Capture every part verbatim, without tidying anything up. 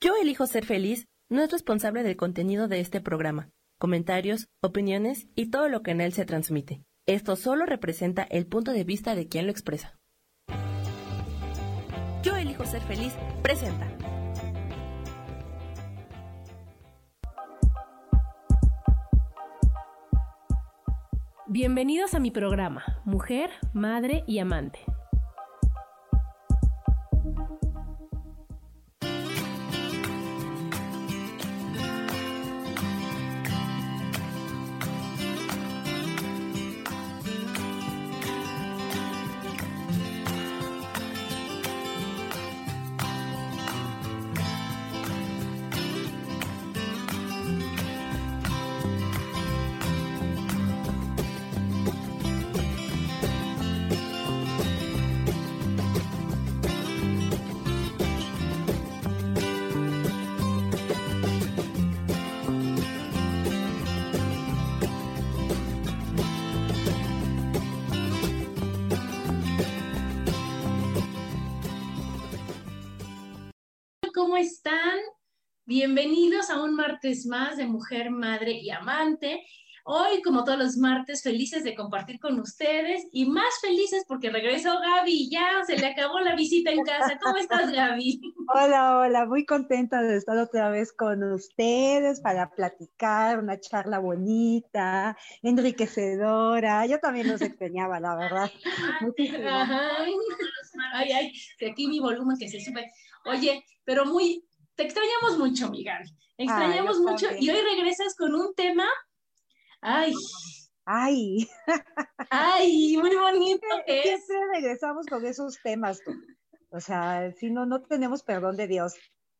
Yo elijo ser feliz no es responsable del contenido de este programa, comentarios, opiniones y todo lo que en él se transmite. Esto solo representa el punto de vista de quien lo expresa. Yo elijo ser feliz presenta. Bienvenidos a mi programa, Mujer, Madre y Amante. ¿Cómo están? Bienvenidos a un martes más de Mujer, Madre y Amante. Hoy, como todos los martes, felices de compartir con ustedes y más felices porque regresó Gaby. Ya se le acabó la visita en casa. ¿Cómo estás, Gaby? Hola, hola, muy contenta de estar otra vez con ustedes para platicar, una charla bonita, enriquecedora. Yo también los extrañaba, la verdad. Muchísimo. Ajá. Ay, ay, que aquí mi volumen que se sube. Oye, pero muy, te extrañamos mucho, mi Gaby. Extrañamos Ah, mucho también. y hoy regresas con un tema, ay, Ay, ay, muy bonito que es. siempre regresamos con esos temas, tú. O sea, si no, no tenemos perdón de Dios.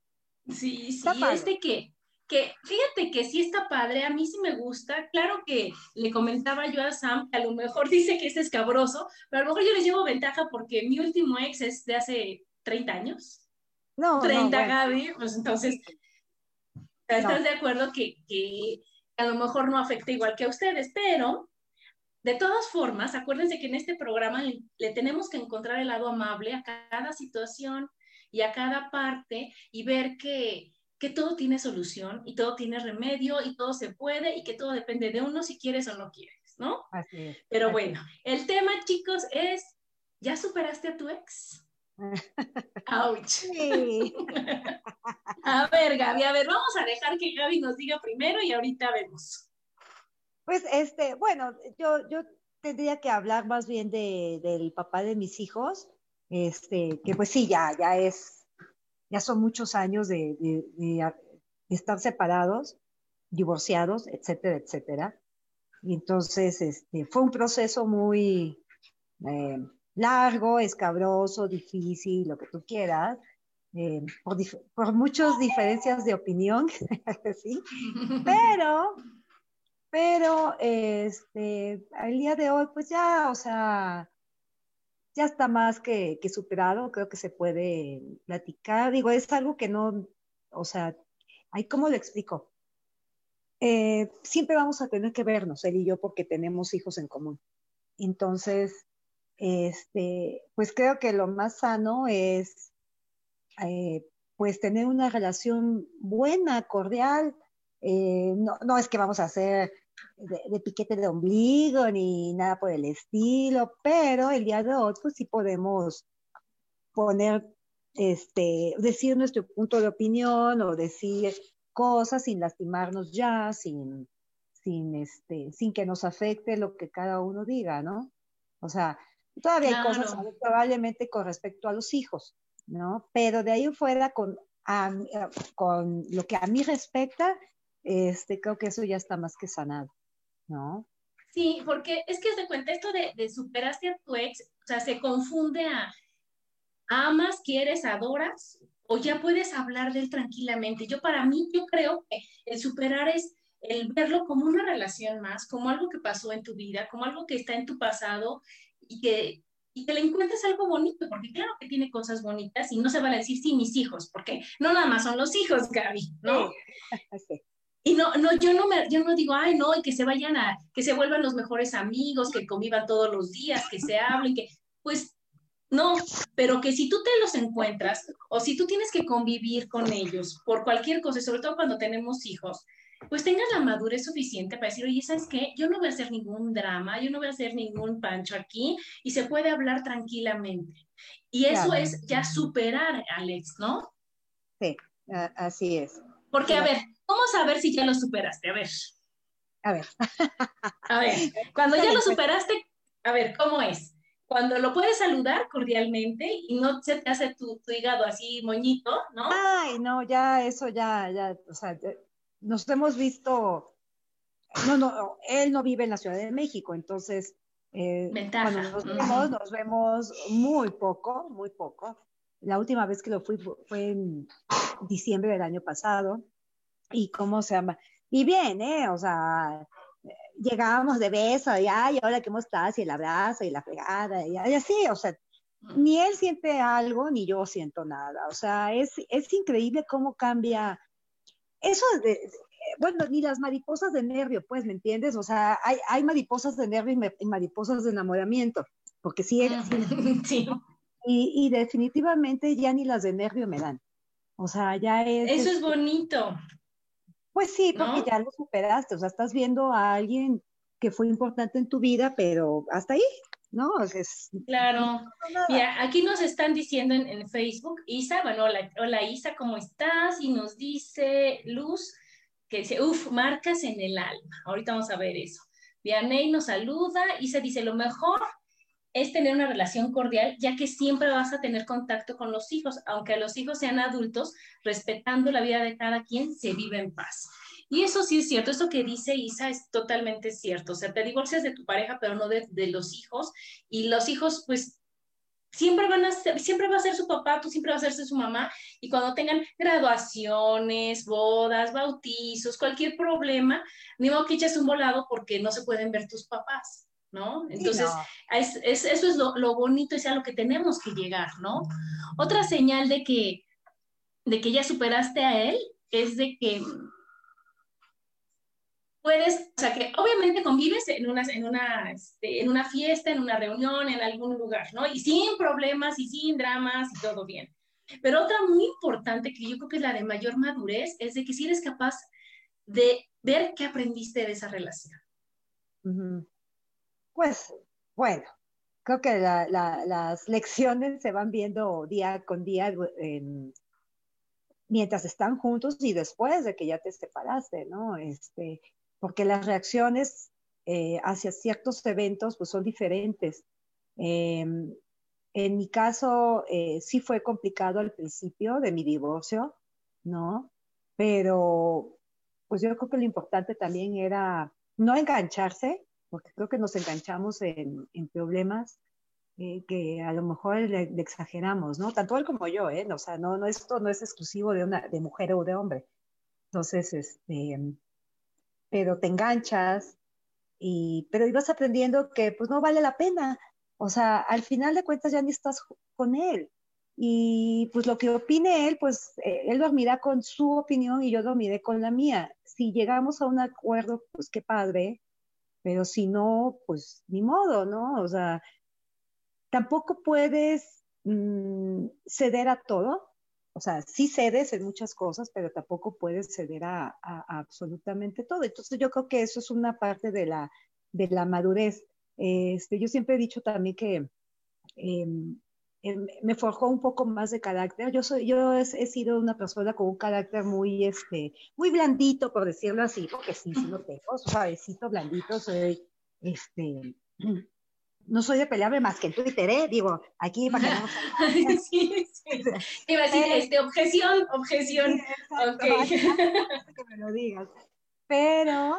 Sí, Está sí, padre. este que, que, fíjate que sí está padre, a mí sí me gusta. Claro que le comentaba yo a Sam, que a lo mejor dice que es escabroso, pero a lo mejor yo les llevo ventaja porque mi último ex es de hace treinta años. No, no, treinta, bueno. Gaby, pues entonces, ¿estás No. de acuerdo que, que a lo mejor no afecta igual que a ustedes? Pero, de todas formas, acuérdense que en este programa le, le tenemos que encontrar el lado amable a cada situación y a cada parte y ver que, que todo tiene solución y todo tiene remedio y todo se puede y que todo depende de uno si quieres o no quieres, ¿no? Así es. Pero así bueno, el tema, chicos, es, ¿ya superaste a tu ex? ¡Auch! Sí. A ver, Gaby, a ver, vamos a dejar que Gaby nos diga primero y ahorita vemos. Pues este, bueno, yo, yo tendría que hablar más bien de, del papá de mis hijos, este, que pues sí, ya, ya es, ya son muchos años de, de, de, de estar separados, divorciados, etcétera, etcétera. Y entonces, este, fue un proceso muy eh, largo, escabroso, difícil, lo que tú quieras, eh, por, dif- por muchas diferencias de opinión, sí, pero pero este, al día de hoy, pues ya, o sea, ya está más que, que superado, creo que se puede platicar. Digo, es algo que no, o sea, ay, ¿cómo lo explico? Eh, siempre vamos a tener que vernos, él y yo, porque tenemos hijos en común. Entonces, este, pues creo que lo más sano es, eh, pues, tener una relación buena, cordial. Eh, no, no es que vamos a hacer de, de piquete de ombligo ni nada por el estilo, pero el día de hoy pues sí podemos poner, este, decir nuestro punto de opinión o decir cosas sin lastimarnos ya, sin, sin, este, sin que nos afecte lo que cada uno diga, ¿no? O sea, todavía hay cosas, Claro. ¿sabes? Probablemente con respecto a los hijos, ¿no? Pero de ahí en fuera, con, a, con lo que a mí respecta, este, creo que eso ya está más que sanado, ¿no? Sí, porque es que se cuenta esto de, de superaste a tu ex, o sea, se confunde a amas, quieres, adoras, o ya puedes hablar de él tranquilamente. Yo para mí, yo creo que el superar es el verlo como una relación más, como algo que pasó en tu vida, como algo que está en tu pasado y que, y que le encuentres algo bonito, porque claro que tiene cosas bonitas y no se van a decir, sí, mis hijos, porque no nada más son los hijos, Gaby, ¿no? Sí, sí. Y no, no, yo no me, yo no digo, ay, no, y que se vayan a, que se vuelvan los mejores amigos, que convivan todos los días, que se hablen, que, pues, No, pero que si tú te los encuentras o si tú tienes que convivir con ellos por cualquier cosa, y sobre todo cuando tenemos hijos, pues tengas la madurez suficiente para decir, oye, ¿sabes qué? Yo no voy a hacer ningún drama, yo no voy a hacer ningún pancho aquí y se puede hablar tranquilamente. Y eso Claro, es ya superar, Alex, ¿no? sí, a- así es. Porque, Sí, a la- ver, ¿cómo saber si ya lo superaste? A ver, a ver, a ver, cuando esta ya la lo encuentro. superaste, a ver, ¿cómo es? Cuando lo puedes saludar cordialmente y no se te hace tu, tu hígado así moñito, ¿no? Ay, no, ya eso ya, ya, o sea, ya- nos hemos visto, no, no, él no vive en la Ciudad de México, entonces, eh, cuando Ventaja. nos vemos, Ujú. nos vemos muy poco, muy poco. La última vez que lo fui fu- fue en diciembre del año pasado, y cómo se llama, y bien, ¿eh? O sea, llegábamos de beso, y ay, hola, ¿cómo estás? Y el abrazo, y la fregada, y, y así, o sea, ni él siente algo, ni yo siento nada. O sea, es, es increíble cómo cambia. Eso de, de- bueno, ni las mariposas de nervio, pues, ¿me entiendes? O sea, hay, hay mariposas de nervio y, me- y mariposas de enamoramiento, porque sí, sí las- Ujú. Sí, y, y definitivamente ya ni las de nervio me dan. O sea, ya es, eso es este, bonito, pues sí, porque ¿no? ya lo superaste. O sea, estás viendo a alguien que fue importante en tu vida, pero hasta ahí, ¿no? O sea, es, no Claro. pasó nada. Mira, aquí nos están diciendo en, en Facebook, Isa, bueno, hola, hola Isa, ¿cómo estás? Y nos dice Luz, que dice, uff, marcas en el alma. Ahorita vamos a ver eso. Vianey nos saluda, Isa dice, lo mejor es tener una relación cordial, ya que siempre vas a tener contacto con los hijos, aunque los hijos sean adultos, respetando la vida de cada quien, se vive en paz. Y eso sí es cierto, eso que dice Isa es totalmente cierto. O sea, te divorcias de tu pareja, pero no de, de los hijos. Y los hijos, pues, siempre van a ser, siempre va a ser su papá, tú siempre vas a ser su mamá, y cuando tengan graduaciones, bodas, bautizos, cualquier problema, ni modo que eches un volado porque no se pueden ver tus papás, ¿no? Sí, Entonces, no. es, es, eso es lo, lo bonito y es a lo que tenemos que llegar, ¿no? Otra señal de que, de que ya superaste a él es de que puedes, o sea, que obviamente convives en una, en una, este, en una fiesta, en una reunión, en algún lugar, ¿no? Y sin problemas y sin dramas y todo bien. Pero otra muy importante, que yo creo que es la de mayor madurez, es de que si eres capaz de ver qué aprendiste de esa relación. Ujú. Pues, bueno, creo que la- la- las lecciones se van viendo día con día en- mientras están juntos y después de que ya te separaste, ¿no? Este, porque las reacciones eh, hacia ciertos eventos pues son diferentes. Eh, en mi caso eh, sí fue complicado al principio de mi divorcio, ¿no? Pero pues yo creo que lo importante también era no engancharse, porque creo que nos enganchamos en, en problemas eh, que a lo mejor le, le exageramos, ¿no? Tanto él como yo, ¿eh? O sea, no, no, esto no es exclusivo de una, de mujer o de hombre. Entonces, este, pero te enganchas y, pero ibas aprendiendo que pues no vale la pena. O sea, al final de cuentas ya ni estás con él. Y pues lo que opine él, pues eh, él dormirá con su opinión y yo dormiré con la mía. Si llegamos a un acuerdo, pues qué padre, pero si no, pues ni modo, ¿no? O sea, tampoco puedes mmm, ceder a todo. O sea, sí cedes en muchas cosas, pero tampoco puedes ceder a, a, a absolutamente todo. Entonces yo creo que eso es una parte de la, de la madurez. Este, yo siempre he dicho también que eh, eh, me forjó un poco más de carácter. Yo soy, yo he, he, sido una persona con un carácter muy, este, muy blandito, por decirlo así, porque sí, sí lo tengo, suavecito, blandito, soy, este, no soy de pelearme más que en Twitter, ¿eh? Digo, aquí para que no nos salga. Sí, sí. Te iba a decir, Pero, este, objeción, sí, objeción. Ok. exacto, hace, hace que me lo digas. Pero,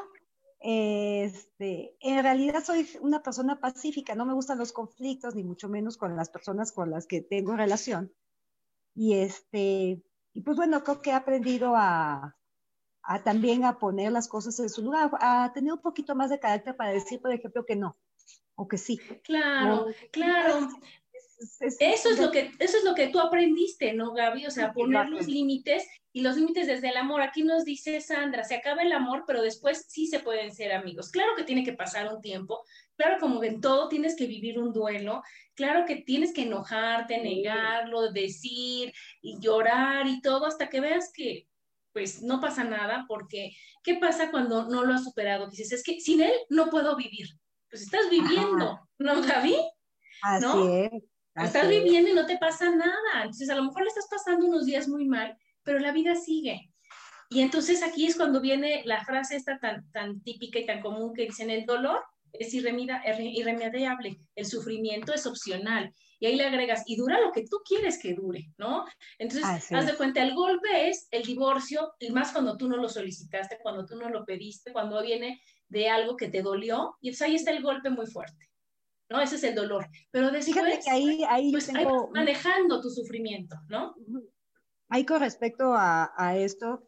este, en realidad soy una persona pacífica, no me gustan los conflictos, ni mucho menos con las personas con las que tengo relación. Y este, y pues bueno, creo que he aprendido a, a también a poner las cosas en su lugar, a tener un poquito más de carácter para decir, por ejemplo, que no, o que sí. Claro, O que sí puedes claro. decir que es, es, Eso es es, lo que, eso es lo que tú aprendiste, ¿no, Gaby? O sea, poner los es, límites y los límites desde el amor. Aquí nos dice Sandra, se acaba el amor, pero después sí se pueden ser amigos. Claro que tiene que pasar un tiempo, claro, como en todo tienes que vivir un duelo, claro que tienes que enojarte, negarlo, decir y llorar y todo hasta que veas que pues no pasa nada, porque ¿qué pasa cuando no lo has superado? Dices, es que sin él no puedo vivir. Pues estás ajá, viviendo, ¿no, Gaby? así ¿No? es, Estás así es. viviendo y no te pasa nada. Entonces, a lo mejor le estás pasando unos días muy mal, pero la vida sigue. Y entonces aquí es cuando viene la frase esta tan, tan típica y tan común que dicen, el dolor es irremida, irremediable, el sufrimiento es opcional. Y ahí le agregas, y dura lo que tú quieres que dure, ¿no? Entonces, Así haz de es. cuenta, el golpe es el divorcio, y más cuando tú no lo solicitaste, cuando tú no lo pediste, cuando viene de algo que te dolió, y entonces ahí está el golpe muy fuerte, ¿no? Ese es el dolor. Pero Fíjate que después, ahí, ahí yo pues ahí vas tengo, un- manejando tu sufrimiento, ¿no? ahí con respecto a, a esto,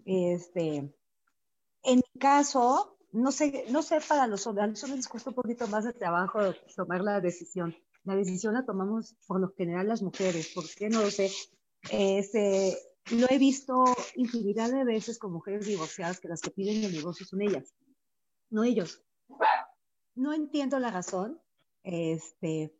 este, en mi caso, no sé, no sé para los hombres, a los hombres les cuesta un poquito más de trabajo tomar la decisión. La decisión la tomamos por lo general las mujeres, ¿por qué? No lo sé. Este, lo he visto infinidad de veces con mujeres divorciadas que las que piden el divorcio son ellas, no ellos. No entiendo la razón, este,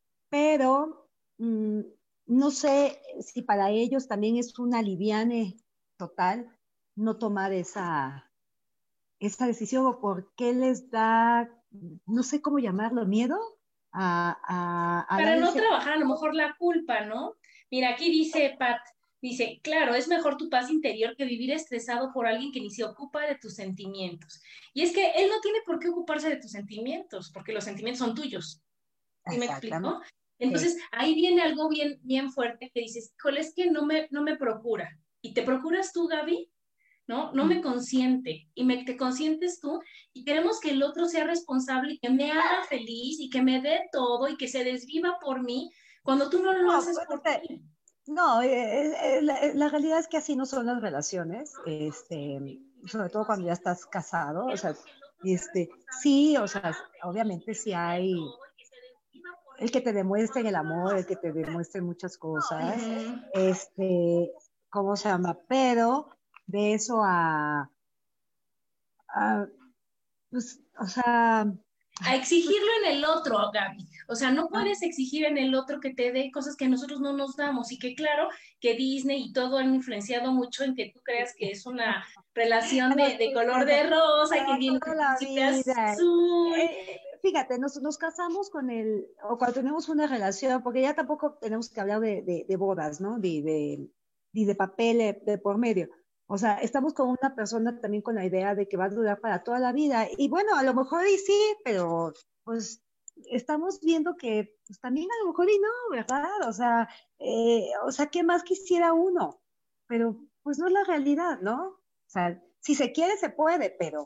pero mmm, no sé si para ellos también es un aliviane total no tomar esa, esa decisión o por qué les da, no sé cómo llamarlo, miedo a, a, a Para dar no ese trabajar a lo paso. mejor la culpa, ¿no? Mira, aquí dice Pat, dice, claro, es mejor tu paz interior que vivir estresado por alguien que ni se ocupa de tus sentimientos. Y es que él no tiene por qué ocuparse de tus sentimientos, porque los sentimientos son tuyos. ¿Sí me Exactamente. explico? Sí. Entonces, ahí viene algo bien, bien fuerte que dices, híjole, es que no me, no me procura. ¿Y te procuras tú, Gaby? ¿No? No me consiente y me, te consientes tú y queremos que el otro sea responsable y que me haga feliz y que me dé todo y que se desviva por mí cuando tú no lo No, haces pues, por este, ti. no, eh, eh, la, la realidad es que así no son las relaciones, este, sobre todo cuando ya estás casado, o sea, este, sí, o sea, obviamente sí hay el que te demuestren el amor, el que te demuestren muchas cosas, Ujú. este, ¿cómo se llama? Pero de eso a, a pues, o sea, A pues, exigirlo en el otro, Gaby. O sea, no ah, puedes exigir en el otro que te dé cosas que nosotros no nos damos y que claro que Disney y todo han influenciado mucho en que tú creas que es una relación no, de, de color de rosa y que para viene toda un la príncipe vida. azul. Eh, fíjate, nos, nos casamos con el, o cuando tenemos una relación, porque ya tampoco tenemos que hablar de, de, de bodas, ¿no? De, de, de, de papel de, de por medio. O sea, estamos con una persona también con la idea de que va a durar para toda la vida. Y bueno, a lo mejor y sí, pero pues estamos viendo que pues, también a lo mejor y no, ¿verdad? O sea, eh, o sea, ¿qué más quisiera uno? Pero pues no es la realidad, ¿no? O sea, si se quiere, se puede, pero,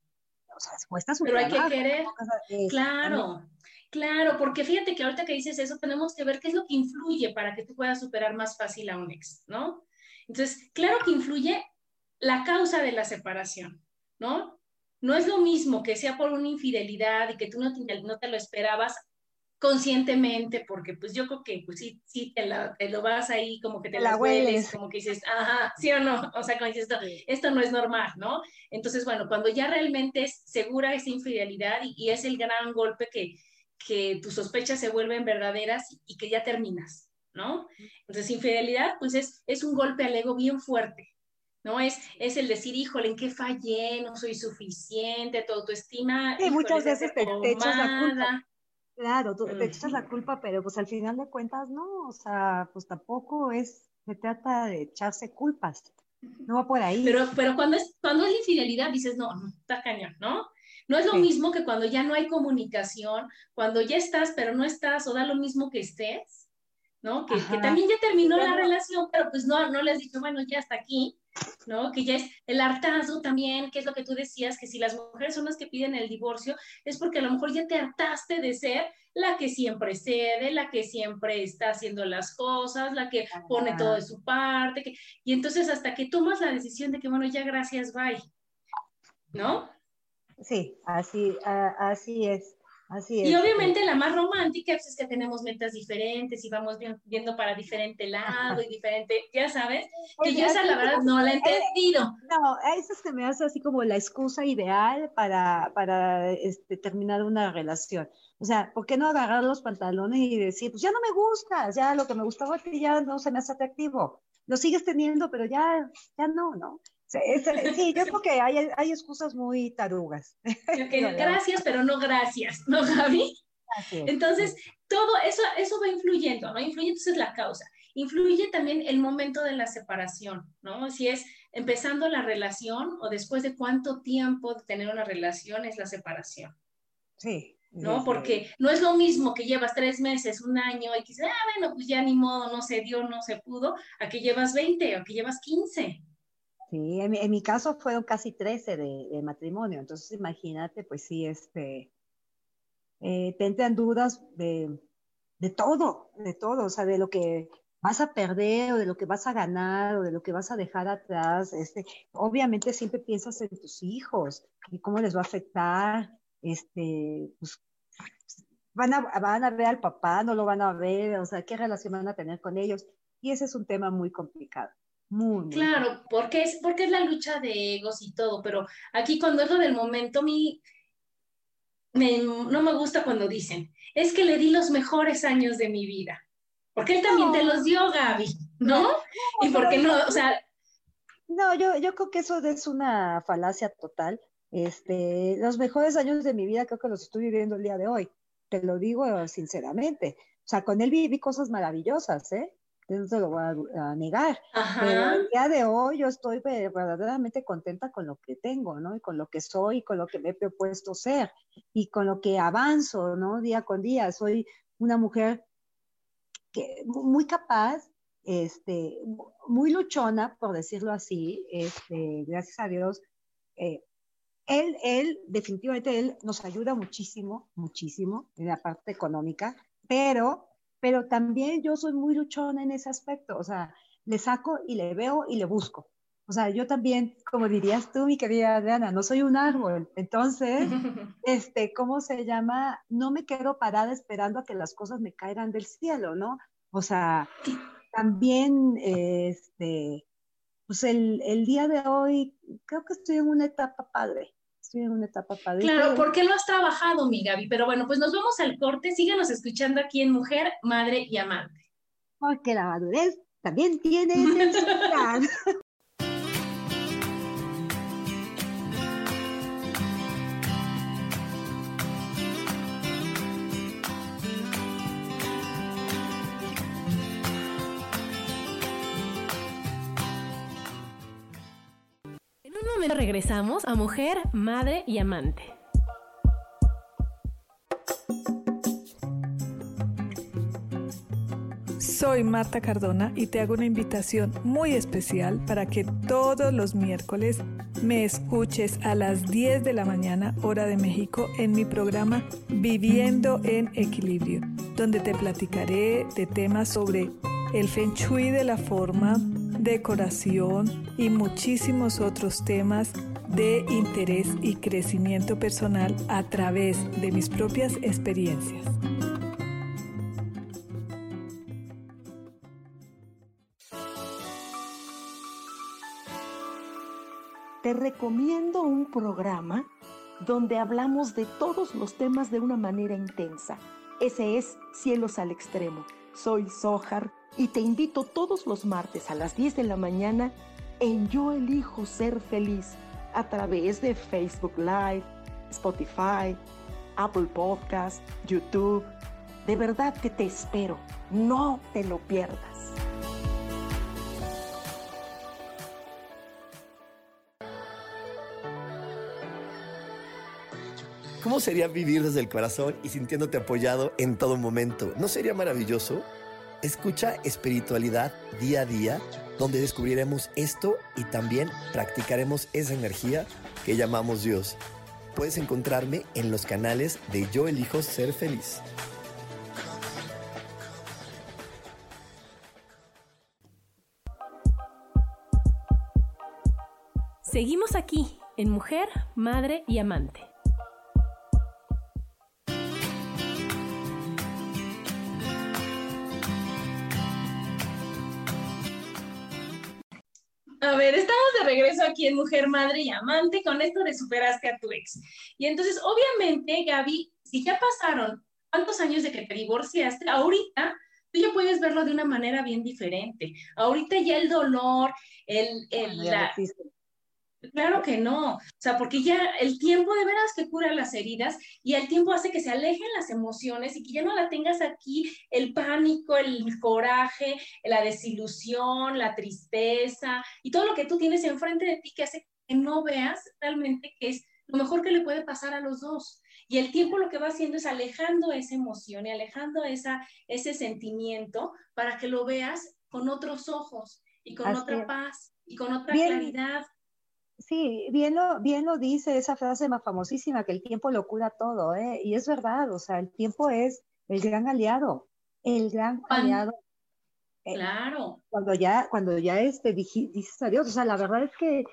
o sea, cuesta su Pero hay que trabajo. querer. Exactamente. Claro, claro, porque fíjate que ahorita que dices eso, tenemos que ver qué es lo que influye para que tú puedas superar más fácil a un ex, ¿no? Entonces, claro que influye la causa de la separación, ¿no? No es lo mismo que sea por una infidelidad y que tú no te, no te lo esperabas conscientemente, porque pues yo creo que pues sí, sí te, la, te lo vas ahí como que te Te la las hueles y hueles. como que dices, ajá, sí o no, o sea, como dices esto, Sí. esto no es normal, ¿no? Entonces, bueno, cuando ya realmente es segura esa infidelidad y, y es el gran golpe que, que tus sospechas se vuelven verdaderas y, y que ya terminas, ¿no? Entonces, infidelidad, pues es, es un golpe al ego bien fuerte, ¿no? Es, es el decir, híjole, ¿en qué fallé? No soy suficiente, tu autoestima, Sí, híjole, muchas se veces hace te, te echas la culpa. pomada. Claro, tú te echas Uh-huh. la culpa, pero pues al final de cuentas no, o sea, pues tampoco es, se trata de echarse culpas, no va por ahí. Pero, pero cuando es, cuando es la infidelidad, dices, no, no, está cañón, ¿no? No es lo Sí. mismo que cuando ya no hay comunicación, cuando ya estás, pero no estás, o da lo mismo que estés, ¿no? Que, que Ajá. también ya Que terminó ya la no, relación, pero pues no, no le has dicho, bueno, ya está aquí, ¿no? Que ya es el hartazgo también, que es lo que tú decías, que si las mujeres son las que piden el divorcio, es porque a lo mejor ya te hartaste de ser la que siempre cede, la que siempre está haciendo las cosas, la que pone todo de ajá. su parte, que, y entonces hasta que tomas la decisión de que, bueno, ya gracias, bye, ¿no? Sí, así, a- así es, Así es. Y obviamente la más romántica pues, es que tenemos metas diferentes y vamos viendo para diferente lado y diferente, ya sabes, que Oye, yo esa la verdad no la he entendido. Eh, no, eso se me hace así como la excusa ideal para, para este, terminar una relación. O sea, ¿por qué no agarrar los pantalones y decir, pues ya no me gustas, ya lo que me gustaba a ti ya no se me hace atractivo? Lo sigues teniendo, pero ya, ya no, ¿no? Sí, sí, yo creo que hay, hay excusas muy tarugas. Okay, gracias, pero no gracias, ¿no, Gaby? Así es. Entonces, todo eso, eso va influyendo, ¿no? Influye entonces la causa. Influye también el momento de la separación, ¿no? Si es empezando la relación o después de cuánto tiempo de tener una relación es la separación. Sí. ¿No? Sí, Porque sí. no es lo mismo que llevas tres meses, un año y que dices, ah, bueno, pues ya ni modo, no se dio, no se pudo, a que llevas veinte, a que llevas quince. Sí, en mi, en mi caso fueron casi trece de, de matrimonio, entonces imagínate, pues sí, este, eh, te entran dudas de, de todo, de todo, o sea, de lo que vas a perder o de lo que vas a ganar o de lo que vas a dejar atrás. Este, obviamente siempre piensas en tus hijos y cómo les va a afectar, este, pues, van a, van a ver al papá, no lo van a ver, o sea, qué relación van a tener con ellos. Y ese es un tema muy complicado. Muy, muy Claro, complicado. porque es, porque es la lucha de egos y todo, pero aquí cuando es lo del momento, mi, me, no me gusta cuando dicen, es que le di los mejores años de mi vida, porque él también te los No, dio, Gaby, ¿no? Y pero porque no, o sea, no, yo, yo creo que eso es una falacia total. Este, los mejores años de mi vida creo que los estoy viviendo el día de hoy. Te lo digo sinceramente. O sea, con él viví cosas maravillosas, ¿eh? No te lo voy a, a negar. Pero ajá, el día de hoy yo estoy verdaderamente contenta con lo que tengo, ¿no? Y con lo que soy, y con lo que me he propuesto ser, y con lo que avanzo, ¿no? Día con día. Soy una mujer que, muy capaz, este, muy luchona, por decirlo así, este, gracias a Dios. Eh, él, él, definitivamente, él nos ayuda muchísimo, muchísimo en la parte económica, pero, pero también yo soy muy luchona en ese aspecto, o sea, le saco y le veo y le busco. O sea, yo también, como dirías tú, mi querida Adriana, no soy un árbol. Entonces, este, ¿cómo se llama? No me quedo parada esperando a que las cosas me caigan del cielo, ¿no? O sea, también, este, pues el, el día de hoy, creo que estoy en una etapa padre. Estoy en una etapa padre. Estoy claro, en... porque lo has trabajado, mi Gaby, pero bueno, pues nos vamos al corte, síganos escuchando aquí en Mujer, Madre y Amante. Porque la madurez también tiene sensualidad. En un momento regresamos a Mujer, Madre y Amante. Soy Marta Cardona y te hago una invitación muy especial para que todos los miércoles me escuches a las diez de la mañana, hora de México, en mi programa Viviendo en Equilibrio, donde te platicaré de temas sobre el Feng Shui de la forma, decoración y muchísimos otros temas de interés y crecimiento personal a través de mis propias experiencias. Te recomiendo un programa donde hablamos de todos los temas de una manera intensa. Ese es Cielos al Extremo. Soy Sohar y te invito todos los martes a las diez de la mañana en Yo Elijo Ser Feliz a través de Facebook Live, Spotify, Apple Podcast, YouTube. De verdad que te espero. No te lo pierdas. ¿Cómo sería vivir desde el corazón y sintiéndote apoyado en todo momento? ¿No sería maravilloso? Escucha Espiritualidad Día a Día, donde descubriremos esto y también practicaremos esa energía que llamamos Dios. Puedes encontrarme en los canales de Yo Elijo Ser Feliz. Seguimos aquí en Mujer, Madre y Amante. regreso aquí en Mujer, Madre y Amante con esto de superaste a tu ex. Y entonces, obviamente, Gaby, si ya pasaron cuántos años de que te divorciaste, ahorita tú ya puedes verlo de una manera bien diferente. Ahorita ya el dolor, el, el, Bueno, ya no la, existe. claro que no, o sea, porque ya el tiempo de veras que cura las heridas y el tiempo hace que se alejen las emociones y que ya no la tengas aquí el pánico, el coraje, la desilusión, la tristeza y todo lo que tú tienes enfrente de ti que hace que no veas realmente que es lo mejor que le puede pasar a los dos. Y el tiempo lo que va haciendo es alejando esa emoción y alejando esa, ese sentimiento para que lo veas con otros ojos y con Así otra es. paz y con otra Bien, claridad. sí, bien lo, bien lo dice esa frase más famosísima, que el tiempo lo cura todo, ¿eh? Y es verdad, o sea, el tiempo es el gran aliado, el gran Juan, aliado. eh, claro, cuando ya, cuando ya este, dij- dices adiós, o sea, la verdad es que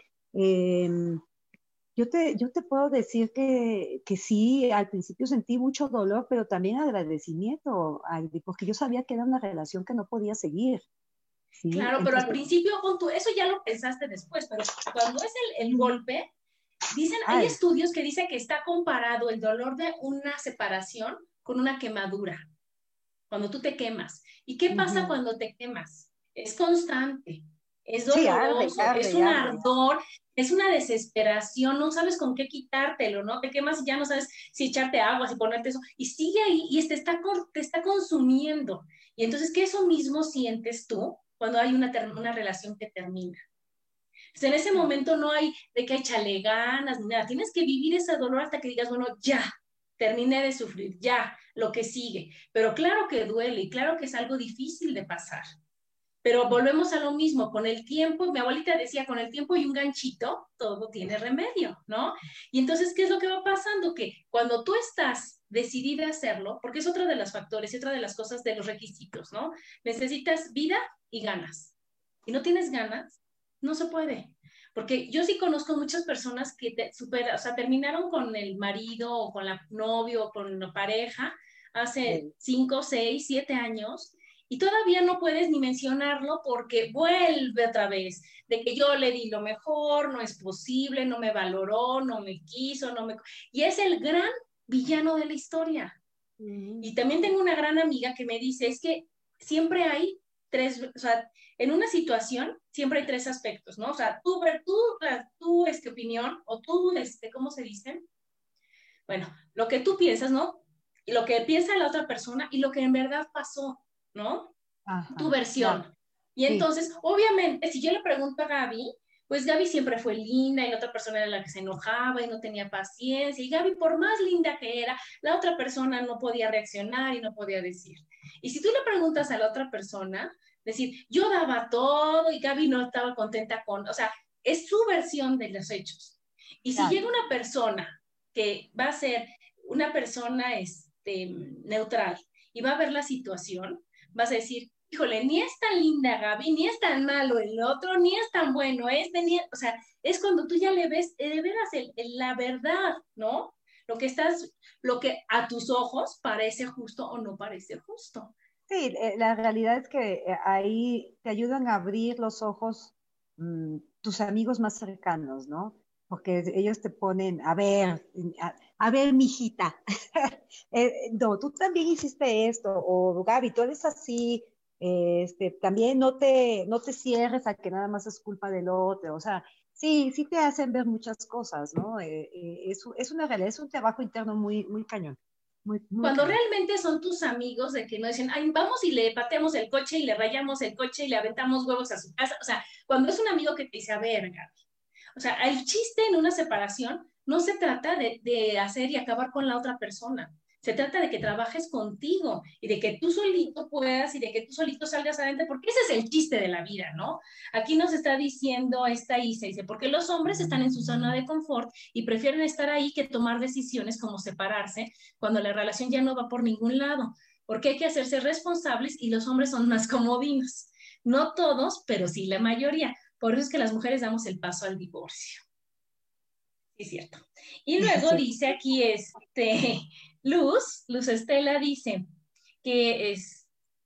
eh, yo te, yo te puedo decir que, que sí, al principio sentí mucho dolor, pero también agradecimiento, Agri, porque yo sabía que era una relación que no podía seguir, ¿sí? claro, pero al Entonces, principio, con tu, eso ya lo pensaste después, pero cuando es el, el golpe, dicen, hay ay, estudios que dicen que está comparado el dolor de una separación con una quemadura, cuando tú te quemas. ¿Y qué pasa ujú. cuando te quemas? Es constante, es Sí, arde, y doloroso, arde, es y un arde. ardor, es una desesperación, no sabes con qué quitártelo, ¿no? Te quemas y ya no sabes si echarte agua, si ponerte eso, y sigue ahí y te está, te está consumiendo. Y entonces, ¿qué eso mismo sientes tú cuando hay una, una relación que termina? Entonces, en ese momento no hay de que échale ganas ni nada, tienes que vivir ese dolor hasta que digas, bueno, ya, terminé de sufrir, ya, lo que sigue. Pero claro que duele y claro que es algo difícil de pasar. Pero volvemos a lo mismo, con el tiempo, mi abuelita decía, con el tiempo y un ganchito, todo tiene remedio, ¿no? Y entonces, ¿qué es lo que va pasando? Que cuando tú estás decidida a hacerlo, porque es otro de los factores y otra de las cosas de los requisitos, ¿no? Necesitas vida y ganas. Si no tienes ganas, no se puede. Porque yo sí conozco muchas personas que te superan, o sea, terminaron con el marido o con la novio o con la pareja hace Sí. cinco, seis, siete años y todavía no puedes ni mencionarlo porque vuelve otra vez, de que yo le di lo mejor, no es posible, no me valoró, no me quiso, no me... Y es el gran villano de la historia. Ujú. Y también tengo una gran amiga que me dice, es que siempre hay tres, o sea, en una situación siempre hay tres aspectos, ¿no? O sea, tú, tú, tú, este, opinión, o tú, este, ¿cómo se dice? Bueno, lo que tú piensas, ¿no? Y lo que piensa la otra persona y lo que en verdad pasó, ¿no? Tu Ajá, claro, versión. Y sí. entonces, obviamente, si yo le pregunto a Gaby, pues Gaby siempre fue linda y la otra persona era la que se enojaba y no tenía paciencia. Y Gaby, por más linda que era, la otra persona no podía reaccionar y no podía decir. Y si tú le preguntas a la otra persona, decir, yo daba todo y Gaby no estaba contenta con, o sea, es su versión de los hechos. Y si Claro. llega una persona que va a ser una persona este, neutral y va a ver la situación, vas a decir, híjole, ni es tan linda Gaby, ni es tan malo el otro, ni es tan bueno este, ni, o sea, es cuando tú ya le ves de veras el, el, la verdad, ¿no? Lo que estás, lo que a tus ojos parece justo o no parece justo. Sí, eh, la realidad es que eh, ahí te ayudan a abrir los ojos mm, tus amigos más cercanos, ¿no? Porque ellos te ponen, a ver, a, a ver, mijita, eh, no, tú también hiciste esto, o Gaby, tú eres así, eh, este, también no te, no te cierres a que nada más es culpa del otro, o sea, sí, sí te hacen ver muchas cosas, ¿no? Eh, eh, es, es una realidad, es un trabajo interno muy, muy cañón, muy, muy Cuando cañón. realmente son tus amigos de que no dicen, ay, vamos y le pateamos el coche y le rayamos el coche y le aventamos huevos a su casa. O sea, cuando es un amigo que te dice, a ver, Gaby, o sea, el chiste en una separación no se trata de, de hacer y acabar con la otra persona. Se trata de que trabajes contigo y de que tú solito puedas y de que tú solito salgas adelante, porque ese es el chiste de la vida, ¿no? Aquí nos está diciendo esta Isa, dice, porque los hombres están en su zona de confort y prefieren estar ahí que tomar decisiones como separarse cuando la relación ya no va por ningún lado, porque hay que hacerse responsables y los hombres son más comodinos. No todos, pero sí la mayoría. Por eso es que las mujeres damos el paso al divorcio. Sí, es cierto. Y luego Sí. dice aquí, este, Luz, Luz Estela dice que, este,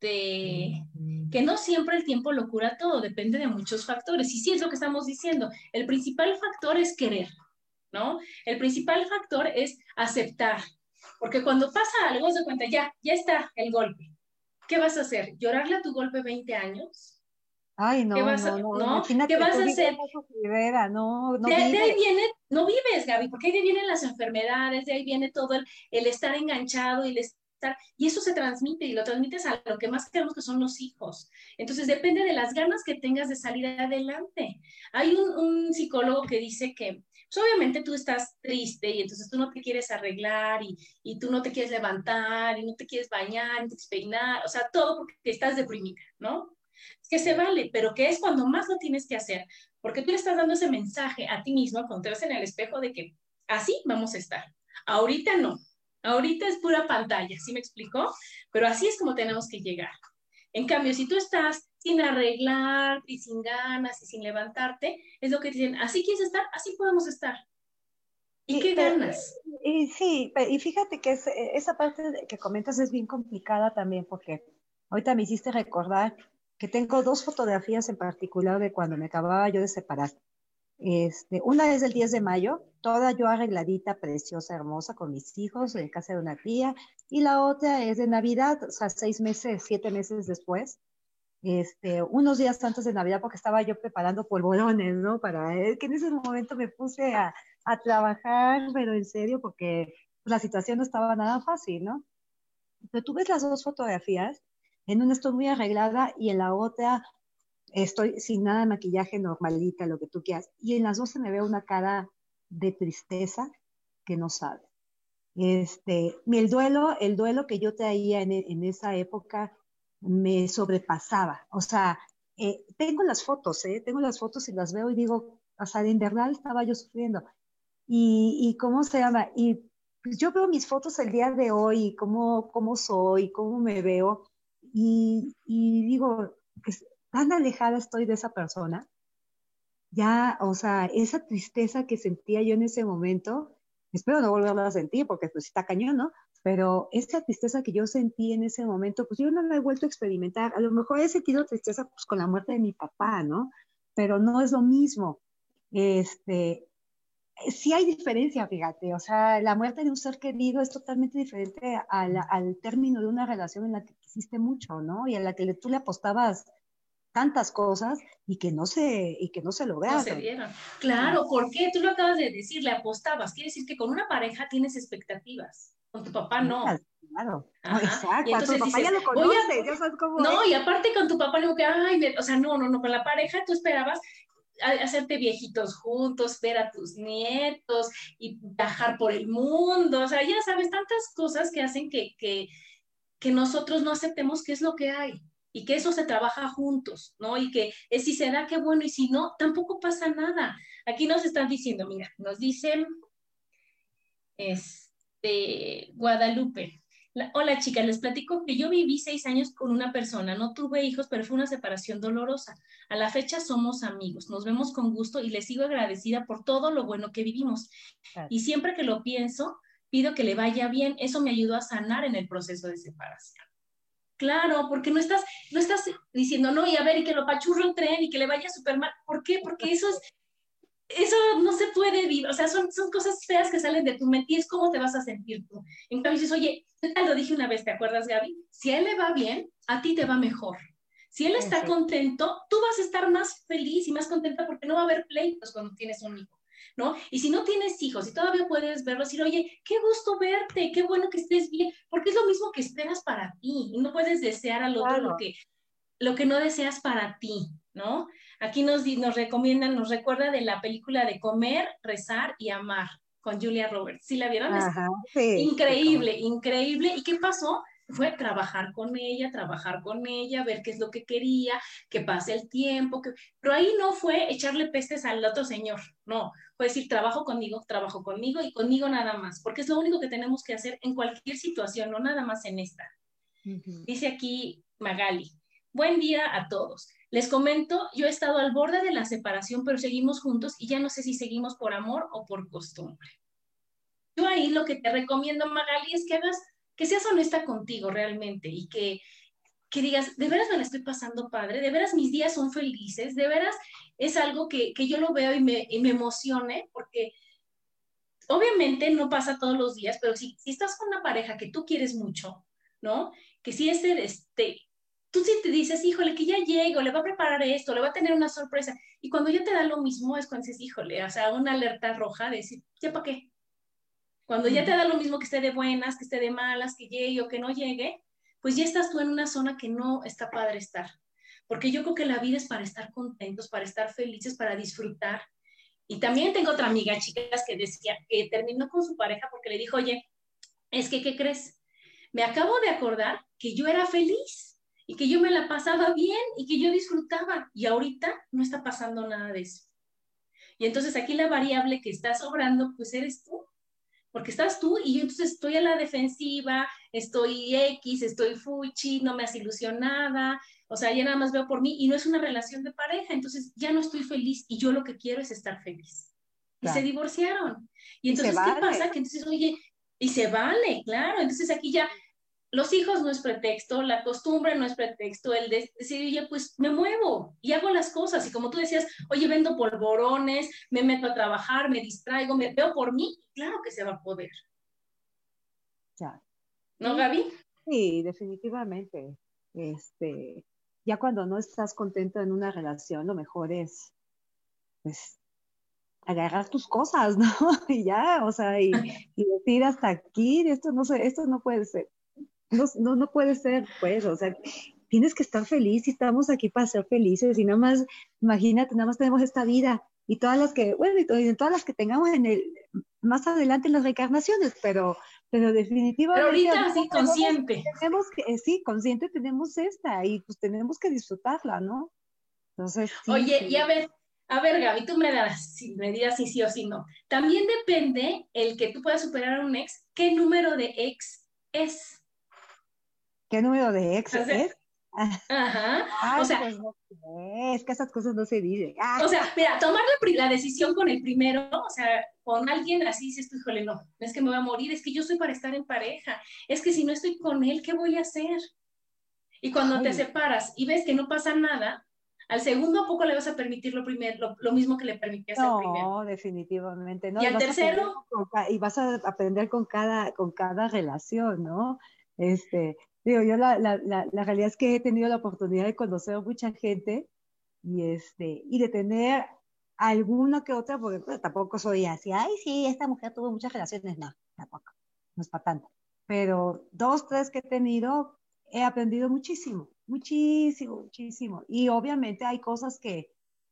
este, que no siempre el tiempo lo cura todo, depende de muchos factores. Y sí es lo que estamos diciendo, el principal factor es querer, ¿no? El principal factor es aceptar, porque cuando pasa algo, se cuenta, ya, ya está el golpe. ¿Qué vas a hacer? ¿Llorarle a tu golpe veinte años? Ay, no, ¿Qué vas no, a, no, ¿no? imagínate ¿Qué vas tú a hacer? viviendo su Rivera, no, no De, de ahí vive. viene, no vives, Gaby, porque ahí vienen las enfermedades, de ahí viene todo el, el estar enganchado y el estar, y eso se transmite, y lo transmites a lo que más queremos, que son los hijos. Entonces depende de las ganas que tengas de salir adelante. Hay un, un psicólogo que dice que, pues obviamente tú estás triste y entonces tú no te quieres arreglar y, y tú no te quieres levantar y no te quieres bañar, no te quieres peinar, o sea, todo porque estás deprimida, ¿no? Es que se vale, pero que es cuando más lo tienes que hacer, porque tú le estás dando ese mensaje a ti mismo cuando te ves en el espejo de que así vamos a estar. Ahorita no, ahorita es pura pantalla, ¿sí me explicó? Pero así es como tenemos que llegar. En cambio, si tú estás sin arreglar y sin ganas y sin levantarte, es lo que te dicen, así quieres estar, así podemos estar. ¿Y Sí, qué pero- ganas? Y sí, pe- y fíjate que es- esa parte de- que comentas es bien complicada también, porque ahorita me hiciste recordar que tengo dos fotografías en particular de cuando me acababa yo de separar. Este, una es del diez de mayo, toda yo arregladita, preciosa, hermosa, con mis hijos en casa de una tía, y la otra es de Navidad, o sea, seis meses, siete meses después, este, unos días antes de Navidad, porque estaba yo preparando polvorones, ¿no? Para eh, que en ese momento me puse a, a trabajar, pero en serio, porque la situación no estaba nada fácil, ¿no? Pero tú ves las dos fotografías, en una estoy muy arreglada y en la otra estoy sin nada de maquillaje, normalita, lo que tú quieras. Y en las dos se me ve una cara de tristeza que no sabe. Este, el duelo, el duelo que yo traía en, en esa época me sobrepasaba. O sea, eh, tengo las fotos, ¿eh? Tengo las fotos y las veo y digo, o sea, en verdad estaba yo sufriendo. Y, y cómo se llama, y pues yo veo mis fotos el día de hoy, y cómo, cómo soy, cómo me veo, y, y digo, pues, tan alejada estoy de esa persona, ya, o sea, esa tristeza que sentía yo en ese momento, espero no volverla a sentir porque pues está cañón, ¿no? Pero esa tristeza que yo sentí en ese momento, pues yo no la he vuelto a experimentar. A lo mejor he sentido tristeza pues con la muerte de mi papá, ¿no? Pero no es lo mismo. Este, sí hay diferencia, fíjate, o sea, la muerte de un ser querido es totalmente diferente a la- al término de una relación en la que quisiste mucho, ¿no? Y a la que le- tú le apostabas tantas cosas y que no se, y que no se No se lograron. dieron. Claro, ¿por qué? Tú lo acabas de decir, le apostabas. Quiere decir que con una pareja tienes expectativas. Con tu papá no. Claro, no, Ajá. Y exacto, a tu entonces papá dices, ya lo voy a, conoces, ya sabes cómo no, es. y aparte con tu papá, no, que, ay, me- o sea, no, no, no, con la pareja tú esperabas a- hacerte viejitos juntos, ver a tus nietos y viajar por el mundo, o sea, ya sabes, tantas cosas que hacen que, que, que nosotros no aceptemos qué es lo que hay y que eso se trabaja juntos, ¿no? Y que es, si se da, qué bueno, y si no, tampoco pasa nada. Aquí nos están diciendo, mira, nos dicen, este, Guadalupe. La- Hola chicas, les platico que yo viví seis años con una persona, no tuve hijos, pero fue una separación dolorosa. A la fecha somos amigos, nos vemos con gusto y les sigo agradecida por todo lo bueno que vivimos. Claro. Y siempre que lo pienso, pido que le vaya bien, eso me ayudó a sanar en el proceso de separación. Claro, porque no estás, no estás diciendo, no, y a ver, y que lo pachurro el tren y que le vaya súper mal. ¿Por qué? Porque eso es, eso no se puede vivir, o sea, son, son cosas feas que salen de tu mente y es cómo te vas a sentir tú. En cambio dices, oye, yo te lo dije una vez, ¿te acuerdas, Gaby? Si a él le va bien, a ti te va mejor. Si él está Sí. contento, tú vas a estar más feliz y más contenta porque no va a haber pleitos cuando tienes un hijo, ¿no? Y si no tienes hijos y todavía puedes verlo, decir, oye, qué gusto verte, qué bueno que estés bien, porque es lo mismo que esperas para ti y no puedes desear al otro Claro. lo que, lo que no deseas para ti, ¿no? Aquí nos, nos recomiendan, nos recuerda de la película de Comer, Rezar y Amar con Julia Roberts. ¿Sí la vieron? Es Ajá, sí, increíble, sí, increíble. ¿Y qué pasó? Fue trabajar con ella, trabajar con ella, ver qué es lo que quería, que pase el tiempo, que... pero ahí no fue echarle pestes al otro señor, no, fue decir, trabajo conmigo, trabajo conmigo y conmigo nada más, porque es lo único que tenemos que hacer en cualquier situación, no nada más en esta. uh-huh. Dice aquí Magali, buen día a todos. Les comento, yo he estado al borde de la separación, pero seguimos juntos y ya no sé si seguimos por amor o por costumbre. Yo ahí lo que te recomiendo, Magali, es que hagas, que seas honesta contigo realmente y que, que digas, de veras me la estoy pasando padre, de veras mis días son felices, de veras es algo que, que yo lo veo y me, y me emocione, porque obviamente no pasa todos los días, pero si, si estás con una pareja que tú quieres mucho, ¿no? Que si es el, este, tú sí te dices, híjole, que ya llego, le va a preparar esto, le va a tener una sorpresa, y cuando ya te da lo mismo es cuando dices, híjole, o sea, una alerta roja de decir, ¿ya para qué? Cuando ya te da lo mismo que esté de buenas, que esté de malas, que llegue o que no llegue, pues ya estás tú en una zona que no está padre estar. Porque yo creo que la vida es para estar contentos, para estar felices, para disfrutar. Y también tengo otra amiga, chicas, que decía que terminó con su pareja porque le dijo, oye, es que, ¿qué crees? Me acabo de acordar que yo era feliz y que yo me la pasaba bien y que yo disfrutaba. Y ahorita no está pasando nada de eso. Y entonces aquí la variable que está sobrando, pues eres tú. Porque estás tú y yo entonces estoy a la defensiva, estoy X, estoy fuchi, no me has ilusionada, o sea, ya nada más veo por mí y no es una relación de pareja, entonces ya no estoy feliz y yo lo que quiero es estar feliz. Claro. Y se divorciaron. Y entonces, ¿qué vale? pasa? Que entonces, oye, y se vale, claro, entonces aquí ya los hijos no es pretexto, la costumbre no es pretexto, el de decir, oye, pues me muevo y hago las cosas. Y como tú decías, oye, vendo polvorones, me meto a trabajar, me distraigo, me veo por mí, claro que se va a poder. Ya. ¿No, Gaby? Sí, definitivamente. Este, ya cuando no estás contento en una relación, lo mejor es, pues, agarrar tus cosas, ¿no? Y ya, o sea, y, y decir hasta aquí, esto no sé, esto no puede ser. No, no, no puede ser, pues, o sea, tienes que estar feliz y estamos aquí para ser felices y nada más, imagínate, nada más tenemos esta vida y todas las que, bueno, y todas las que tengamos en el, más adelante en las reencarnaciones, pero, pero definitivamente. Pero ahorita sí, consciente. Tenemos que, sí, consciente tenemos esta y pues tenemos que disfrutarla, ¿no? Entonces, sí, Oye, sí. y a ver, a ver, Gaby, tú me das, si me dirás si sí o si no. También depende el que tú puedas superar a un ex, ¿qué número de ex es? ¿Qué número de ex o sea, es? Ajá. Ay, o sea, pues no sé, es que esas cosas no se dicen. Ah. O sea, mira, tomar la, la decisión con el primero, o sea, con alguien así dices tú, híjole, no, es que me voy a morir, es que yo soy para estar en pareja, es que si no estoy con él, ¿qué voy a hacer? Y cuando Ay. te separas y ves que no pasa nada, al segundo a poco le vas a permitir lo, primer, lo, lo mismo que le permitías no, al primero. No, definitivamente no. Y, y al tercero... Con, y vas a aprender con cada, con cada relación, ¿no? Este, digo, yo la, la, la, la realidad es que he tenido la oportunidad de conocer a mucha gente y, este, y de tener alguna que otra, porque pues, tampoco soy así, ay, sí, esta mujer tuvo muchas relaciones, no, tampoco, no es para tanto. Pero dos, tres que he tenido, he aprendido muchísimo, muchísimo, muchísimo. Y obviamente hay cosas que,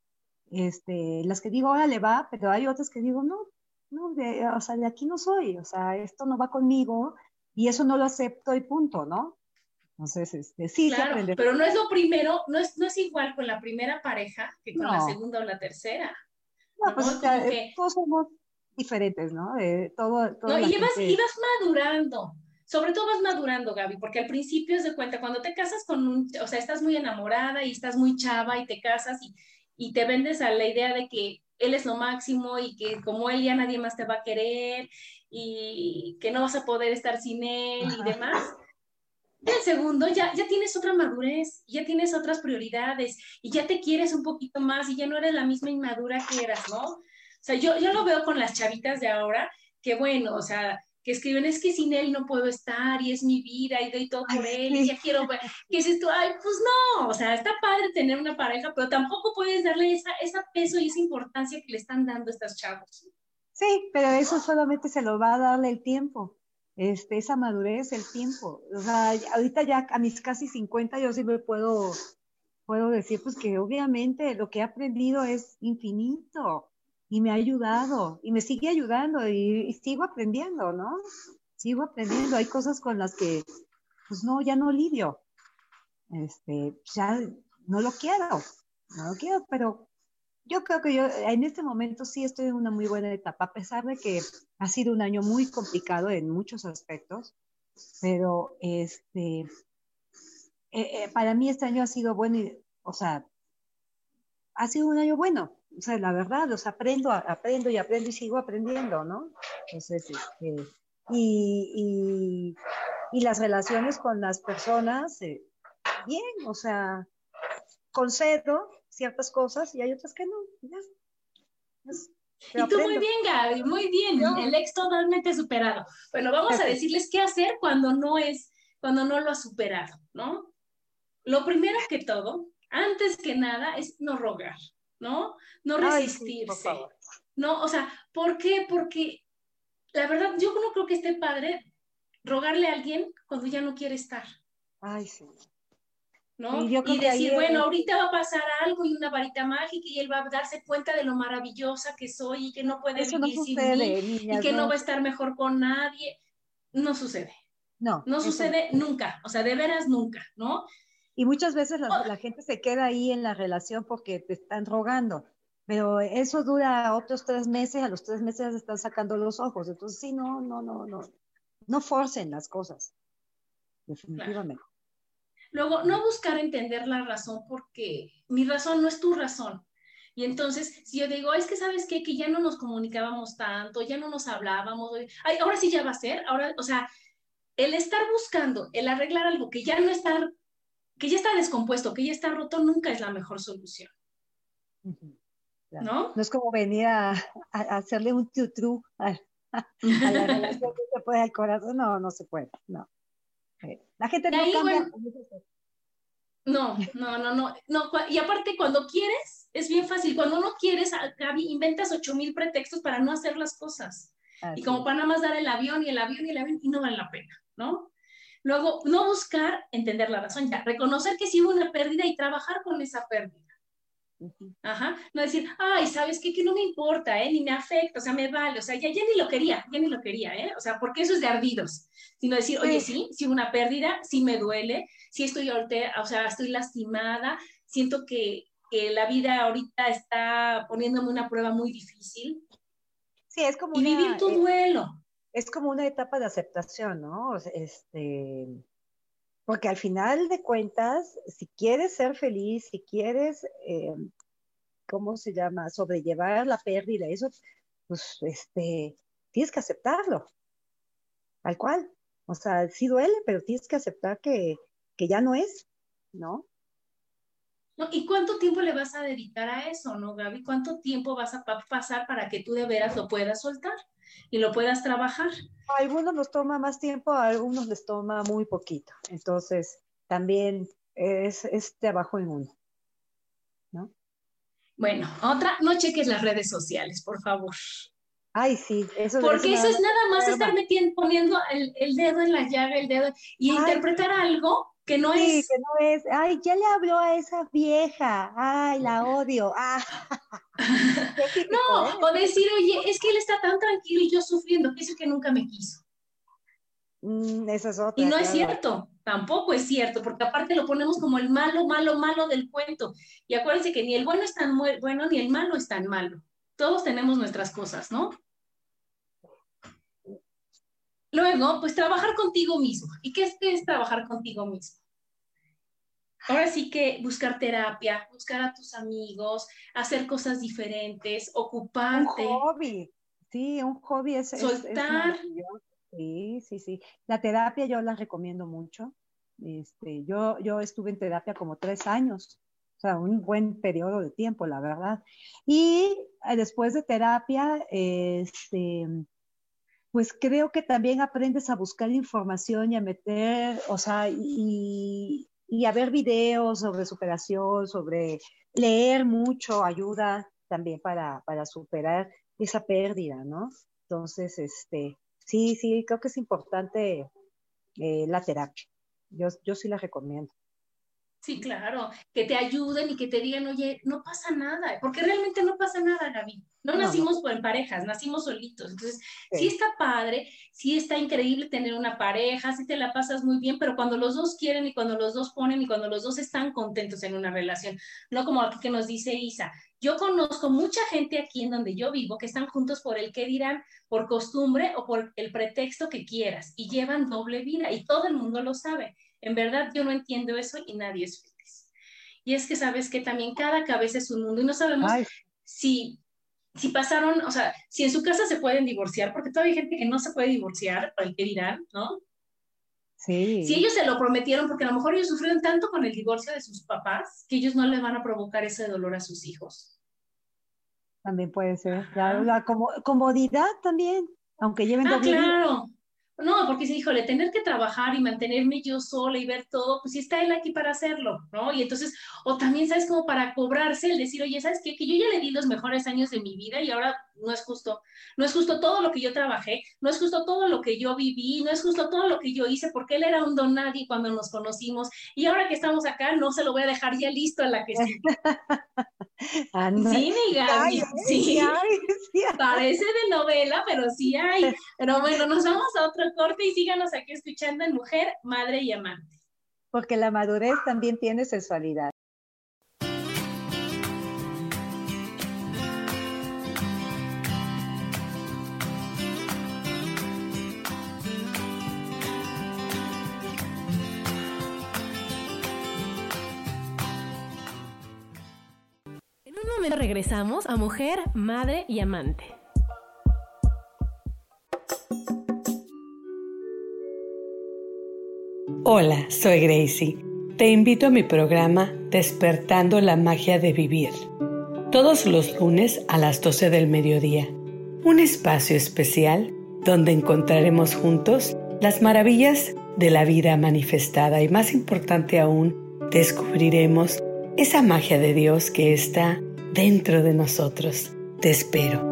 este, las que digo, ahora le va, pero hay otras que digo, no, no, de, o sea, de aquí no soy, o sea, esto no va conmigo y eso no lo acepto y punto, ¿no? Entonces, este, sí, claro, se aprende. Pero no es lo primero, no es, no es igual con la primera pareja que con no. la segunda o la tercera. No, ¿no? pues o sea, que... todos somos diferentes, ¿no? Eh, todo, todo no y, vas, gente... y vas madurando. Sobre todo vas madurando, Gaby, porque al principio es de cuenta, cuando te casas con un, o sea, estás muy enamorada y estás muy chava y te casas y, y te vendes a la idea de que él es lo máximo y que como él ya nadie más te va a querer y que no vas a poder estar sin él y demás. Y el segundo, ya, ya tienes otra madurez, ya tienes otras prioridades y ya te quieres un poquito más y ya no eres la misma inmadura que eras, ¿no? O sea, yo, yo lo veo con las chavitas de ahora, que bueno, o sea, que escriben, es que sin él no puedo estar y es mi vida y doy todo por él y ya quiero ver, que dices tú, ay, pues no, o sea, está padre tener una pareja, pero tampoco puedes darle esa, esa peso y esa importancia que le están dando estas chavos. Sí, pero eso solamente se lo va a darle el tiempo. Este, esa madurez, el tiempo. O sea, ahorita ya a mis casi cincuenta yo sí me puedo, puedo decir pues que obviamente lo que he aprendido es infinito y me ha ayudado y me sigue ayudando y, y sigo aprendiendo, ¿no? Sigo aprendiendo. Hay cosas con las que pues no, ya no lidio. Este, ya no lo quiero, no lo quiero, pero yo creo que yo en este momento sí estoy en una muy buena etapa, a pesar de que ha sido un año muy complicado en muchos aspectos, pero este, eh, eh, para mí este año ha sido bueno, y, o sea, ha sido un año bueno, o sea, la verdad, o sea, aprendo, aprendo y aprendo y sigo aprendiendo, ¿no? Entonces, este, y, y, y las relaciones con las personas, eh, bien, o sea, concedo ciertas cosas y hay otras que no. Ya, es, y tú aprendo. Muy bien, Gaby, muy bien, ¿no? El ex totalmente superado. Bueno, vamos a decirles qué hacer cuando no es, cuando no lo has superado, ¿no? Lo primero que todo, antes que nada, es no rogar, ¿no? No resistirse. Ay, sí, por favor. No, o sea, ¿por qué? Porque la verdad, yo no creo que esté padre rogarle a alguien cuando ya no quiere estar. Ay, sí. ¿No? Y, y decir, bueno, es... ahorita va a pasar algo y una varita mágica y él va a darse cuenta de lo maravillosa que soy y que no puede eso vivir no sucede, sin mí niñas, y que no. no va a estar mejor con nadie. No sucede. No. No sucede no. nunca, o sea, de veras nunca, ¿no? Y muchas veces la, oh. la gente se queda ahí en la relación porque te están rogando, pero eso dura otros tres meses, a los tres meses están sacando los ojos. Entonces, sí, no, no, no, no. No forcen las cosas, definitivamente. Claro. Luego, no buscar entender la razón porque mi razón no es tu razón. Y entonces, si yo digo, es que ¿sabes qué? Que ya no nos comunicábamos tanto, ya no nos hablábamos, ay, ahora sí ya va a ser, ahora, o sea, el estar buscando, el arreglar algo que ya no está, que ya está descompuesto, que ya está roto, nunca es la mejor solución. Uh-huh. Claro. ¿No? No es como venir a, a hacerle un tutru a, a la relación que se puede al corazón, no, no se puede, no. La gente no ahí, cambia. Bueno, no, no, no, no, no. Y aparte, cuando quieres, es bien fácil. Cuando no quieres, Gaby, inventas ocho mil pretextos para no hacer las cosas. Así y como es. Para nada más dar el avión y el avión y el avión y no vale la pena, ¿no? Luego, no buscar entender la razón, ya, reconocer que sí hubo una pérdida y trabajar con esa pérdida. Ajá, no decir, ay, ¿sabes qué? Que no me importa, ¿eh? Ni me afecta, o sea, me vale, o sea, ya, ya ni lo quería, ya ni lo quería, ¿eh? O sea, porque eso es de ardidos, sino decir, oye, sí, sí hubo una pérdida, sí me duele, sí estoy ahorita, o sea, estoy lastimada, siento que, que la vida ahorita está poniéndome una prueba muy difícil. Sí, es como y una, vivir tu eh, duelo. Es como una etapa de aceptación, ¿no? Este... Porque al final de cuentas, si quieres ser feliz, si quieres, eh, ¿cómo se llama? Sobrellevar la pérdida, eso, pues, este, tienes que aceptarlo, tal cual. O sea, sí duele, pero tienes que aceptar que, que ya no es, ¿no? No, ¿y cuánto tiempo le vas a dedicar a eso, no, Gaby? ¿Cuánto tiempo vas a pa- pasar para que tú de veras lo puedas soltar y lo puedas trabajar? A algunos nos toma más tiempo, a algunos les toma muy poquito. Entonces, también es, es trabajo en uno, ¿no? Bueno, otra, no cheques las redes sociales, por favor. Ay, sí, eso Porque eso, eso es nada más estar metiendo, poniendo el, el dedo en la llaga, el dedo, y Ay, interpretar algo que no sí, es. que no es. Ay, ya le habló a esa vieja. Ay, la odio. Ah. Típico, no, ¿eh? O decir, oye, es que él está tan tranquilo y yo sufriendo, que eso que nunca me quiso. Mm, esa es otra. Y no claro. es cierto, tampoco es cierto, porque aparte lo ponemos como el malo, malo, malo del cuento. Y acuérdense que ni el bueno es tan bueno, ni el malo es tan malo. Todos tenemos nuestras cosas, ¿no? Luego, pues trabajar contigo mismo. ¿Y qué es, qué es trabajar contigo mismo? Ahora sí que buscar terapia, buscar a tus amigos, hacer cosas diferentes, ocuparte. Un hobby, sí, un hobby es, soltar. Es, es sí, sí, sí. La terapia yo la recomiendo mucho. Este, yo, yo estuve en terapia como tres años, o sea, un buen periodo de tiempo, la verdad. Y eh, después de terapia, este, pues creo que también aprendes a buscar información y a meter, o sea, y, y a ver videos sobre superación, sobre leer mucho, ayuda también para, para superar esa pérdida, ¿no? Entonces, este, sí, sí, creo que es importante eh, la terapia. Yo, yo sí la recomiendo. Sí, claro, que te ayuden y que te digan, oye, no pasa nada, porque realmente no pasa nada, Gaby. No, no nacimos no. en parejas, nacimos solitos. Entonces, sí. sí está padre, sí está increíble tener una pareja, sí te la pasas muy bien, pero cuando los dos quieren y cuando los dos ponen y cuando los dos están contentos en una relación, no como aquí que nos dice Isa. Yo conozco mucha gente aquí en donde yo vivo que están juntos por el que dirán, por costumbre o por el pretexto que quieras, y llevan doble vida y todo el mundo lo sabe. En verdad, yo no entiendo eso y nadie es feliz. Y es que sabes que también cada cabeza es un mundo y no sabemos Ay. si, si pasaron, o sea, si en su casa se pueden divorciar, porque todavía hay gente que no se puede divorciar, para el que dirán, ¿no? Sí. Si ellos se lo prometieron, porque a lo mejor ellos sufrieron tanto con el divorcio de sus papás, que ellos no les van a provocar ese dolor a sus hijos. También puede ser, Ajá. claro, la como- comodidad también, aunque lleven Ah, doble vida. claro. No, porque sí, híjole, tener que trabajar y mantenerme yo sola y ver todo, pues sí está él aquí para hacerlo, ¿no? Y entonces, o también, ¿sabes? Como para cobrarse el decir, oye, ¿sabes qué? Que yo ya le di los mejores años de mi vida y ahora no es justo. No es justo todo lo que yo trabajé, no es justo todo lo que yo viví, no es justo todo lo que yo hice, porque él era un don nadie cuando nos conocimos y ahora que estamos acá no se lo voy a dejar ya listo a la que sí. Anda, Sí, mi sí hay, Gaby, ¿eh? Sí sí. hay, sí hay. Parece de novela, pero sí hay. Pero bueno, nos vamos a otro corte y síganos aquí escuchando en Mujer, Madre y Amante. Porque la madurez también tiene sensualidad. En un momento regresamos a Mujer, Madre y Amante. Hola, soy Gracie. Te invito a mi programa Despertando la Magia de Vivir. Todos los lunes a las doce del mediodía. Un espacio especial donde encontraremos juntos las maravillas de la vida manifestada y, más importante aún, descubriremos esa magia de Dios que está dentro de nosotros. Te espero.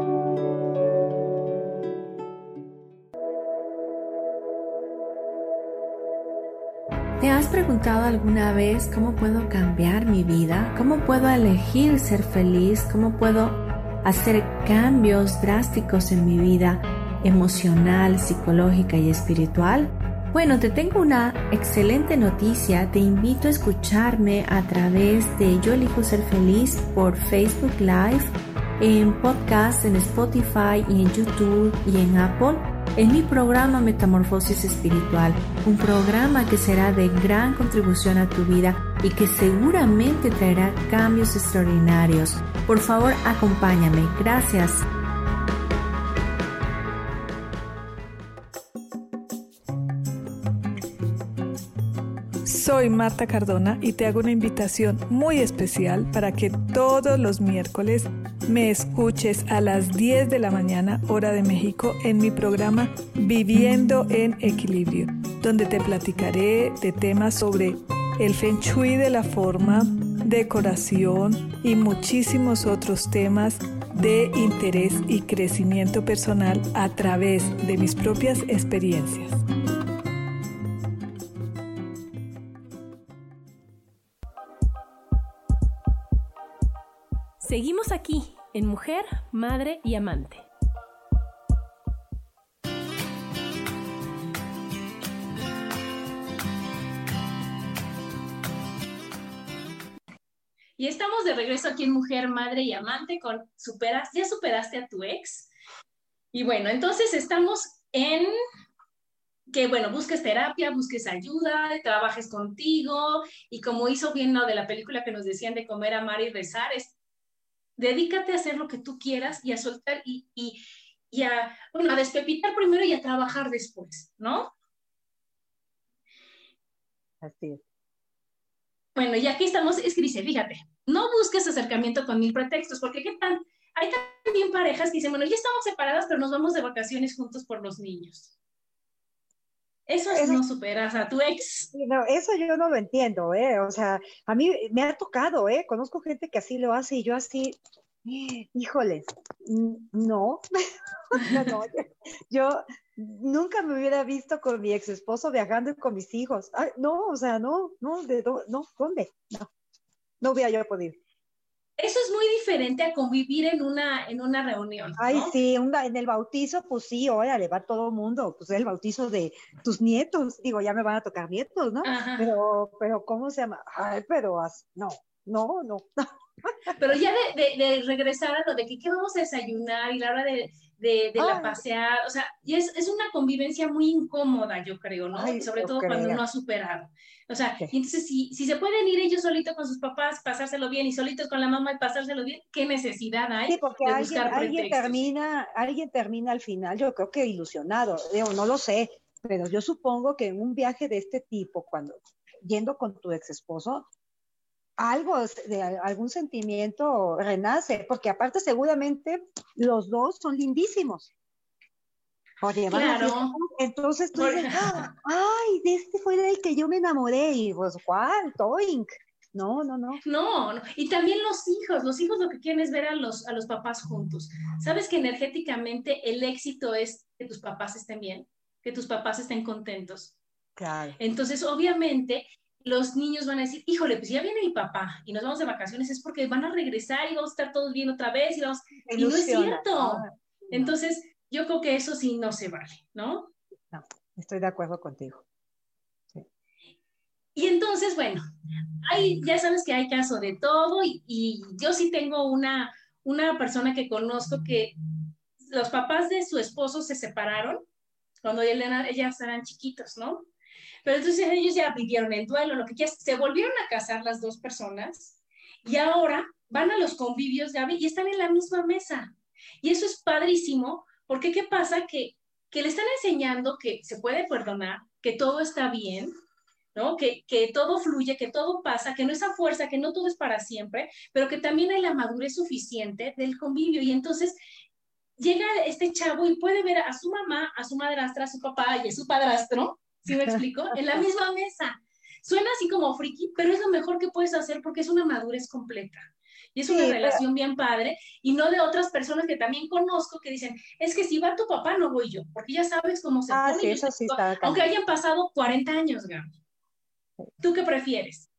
¿Te has preguntado alguna vez cómo puedo cambiar mi vida? ¿Cómo puedo elegir ser feliz? ¿Cómo puedo hacer cambios drásticos en mi vida emocional, psicológica y espiritual? Bueno, te tengo una excelente noticia. Te invito a escucharme a través de Yo Elijo Ser Feliz por Facebook Live, en podcast, en Spotify y en YouTube y en Apple, en mi programa Metamorfosis Espiritual, un programa que será de gran contribución a tu vida y que seguramente traerá cambios extraordinarios. Por favor, acompáñame. Gracias. Soy Marta Cardona y te hago una invitación muy especial para que todos los miércoles me escuches a las diez de la mañana, hora de México, en mi programa Viviendo en Equilibrio, donde te platicaré de temas sobre el Feng Shui de la forma, decoración y muchísimos otros temas de interés y crecimiento personal a través de mis propias experiencias. Seguimos aquí en Mujer, Madre y Amante. Y estamos de regreso aquí en Mujer, Madre y Amante con superas, ¿ya superaste a tu ex? Y bueno, entonces estamos en que, bueno, busques terapia, busques ayuda, trabajes contigo y como hizo bien lo de la película que nos decían de comer, amar y rezar, es dedícate a hacer lo que tú quieras y a soltar y, y, y a, bueno, a despepitar primero y a trabajar después, ¿no? Así es. Bueno, y aquí estamos, es que dice, fíjate, no busques acercamiento con mil pretextos, porque ¿qué tal? Hay también parejas que dicen, bueno, ya estamos separadas, pero nos vamos de vacaciones juntos por los niños. Eso es, no superas a tu ex. No, eso yo no lo entiendo, ¿eh? O sea, a mí me ha tocado, ¿eh? Conozco gente que así lo hace y yo así, híjoles, no, no, no, yo nunca me hubiera visto con mi ex esposo viajando con mis hijos. Ay, no, o sea, no, no, de do, no, ¿dónde? No, no hubiera yo podido. Eso es muy diferente a convivir en una, en una reunión, ¿no? Ay, sí, una, en el bautizo, pues sí, órale, va todo el mundo, pues el bautizo de tus nietos, digo, ya me van a tocar nietos, ¿no? Ajá. Pero, pero, ¿cómo se llama? Ay, pero, no, no, no. Pero ya de, de, de regresar a lo de que qué vamos a desayunar y la hora de, de, de la pasear, o sea, y es, es una convivencia muy incómoda, yo creo, ¿no? Ay, y sobre todo creo. cuando uno ha superado. O sea, y entonces si, si se pueden ir ellos solitos con sus papás, pasárselo bien, y solitos con la mamá y pasárselo bien, ¿qué necesidad hay sí, porque de alguien, buscar alguien pretextos? termina, alguien termina al final, yo creo que ilusionado, digo, no lo sé, pero yo supongo que en un viaje de este tipo, cuando yendo con tu ex esposo, algo de algún sentimiento renace, porque aparte seguramente los dos son lindísimos. Oye, claro. Entonces tú dices, ¡ah! ¡Ay! De este fue del que yo me enamoré. Y pues, ¿cuál? Toink. No, no, no. No, no. Y también los hijos. Los hijos lo que quieren es ver a los, a los papás juntos. ¿Sabes que energéticamente el éxito es que tus papás estén bien? Que tus papás estén contentos. Claro. Entonces, obviamente, los niños van a decir, híjole, pues ya viene mi papá y nos vamos de vacaciones, es porque van a regresar y vamos a estar todos bien otra vez. Y, vamos... y no es cierto. Ah, no. Entonces, yo creo que eso sí no se vale, ¿no? No, estoy de acuerdo contigo. Sí. Y entonces, bueno, hay, ya sabes que hay caso de todo y, y yo sí tengo una, una persona que conozco que los papás de su esposo se separaron cuando ellas eran chiquitos, ¿no? Pero entonces ellos ya vivieron el duelo, lo que quieras, se volvieron a casar las dos personas y ahora van a los convivios, Gaby, y están en la misma mesa. Y eso es padrísimo. Porque ¿qué pasa? Que, que le están enseñando que se puede perdonar, que todo está bien, ¿no? Que, que todo fluye, que todo pasa, que no es a fuerza, que no todo es para siempre, pero que también hay la madurez suficiente del convivio. Y entonces llega este chavo y puede ver a su mamá, a su madrastra, a su papá y a su padrastro, ¿sí me explico? En la misma mesa. Suena así como friki, pero es lo mejor que puedes hacer porque es una madurez completa. Y es una sí, relación pero... bien padre, y no de otras personas que también conozco que dicen, es que si va tu papá, no voy yo, porque ya sabes cómo se ah, pone. Sí, eso sí está acá. Aunque hayan pasado cuarenta años, Gaby. ¿Tú qué prefieres?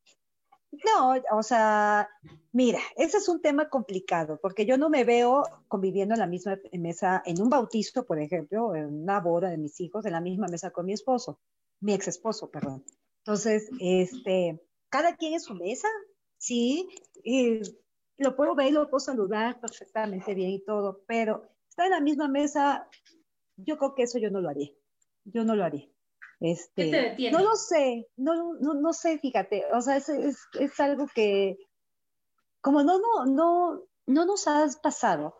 No, o sea, mira, ese es un tema complicado, porque yo no me veo conviviendo en la misma mesa, en un bautizo, por ejemplo, en una boda de mis hijos, en la misma mesa con mi esposo, mi ex esposo, perdón. Entonces, este, cada quien en su mesa. Sí, y lo puedo ver y lo puedo saludar perfectamente bien y todo, pero estar en la misma mesa, yo creo que eso yo no lo haría. Yo no lo haría. Este, ¿Qué te detiene? No lo sé, no, no, no sé, fíjate, o sea, es, es, es algo que, como no, no, no, no nos has pasado.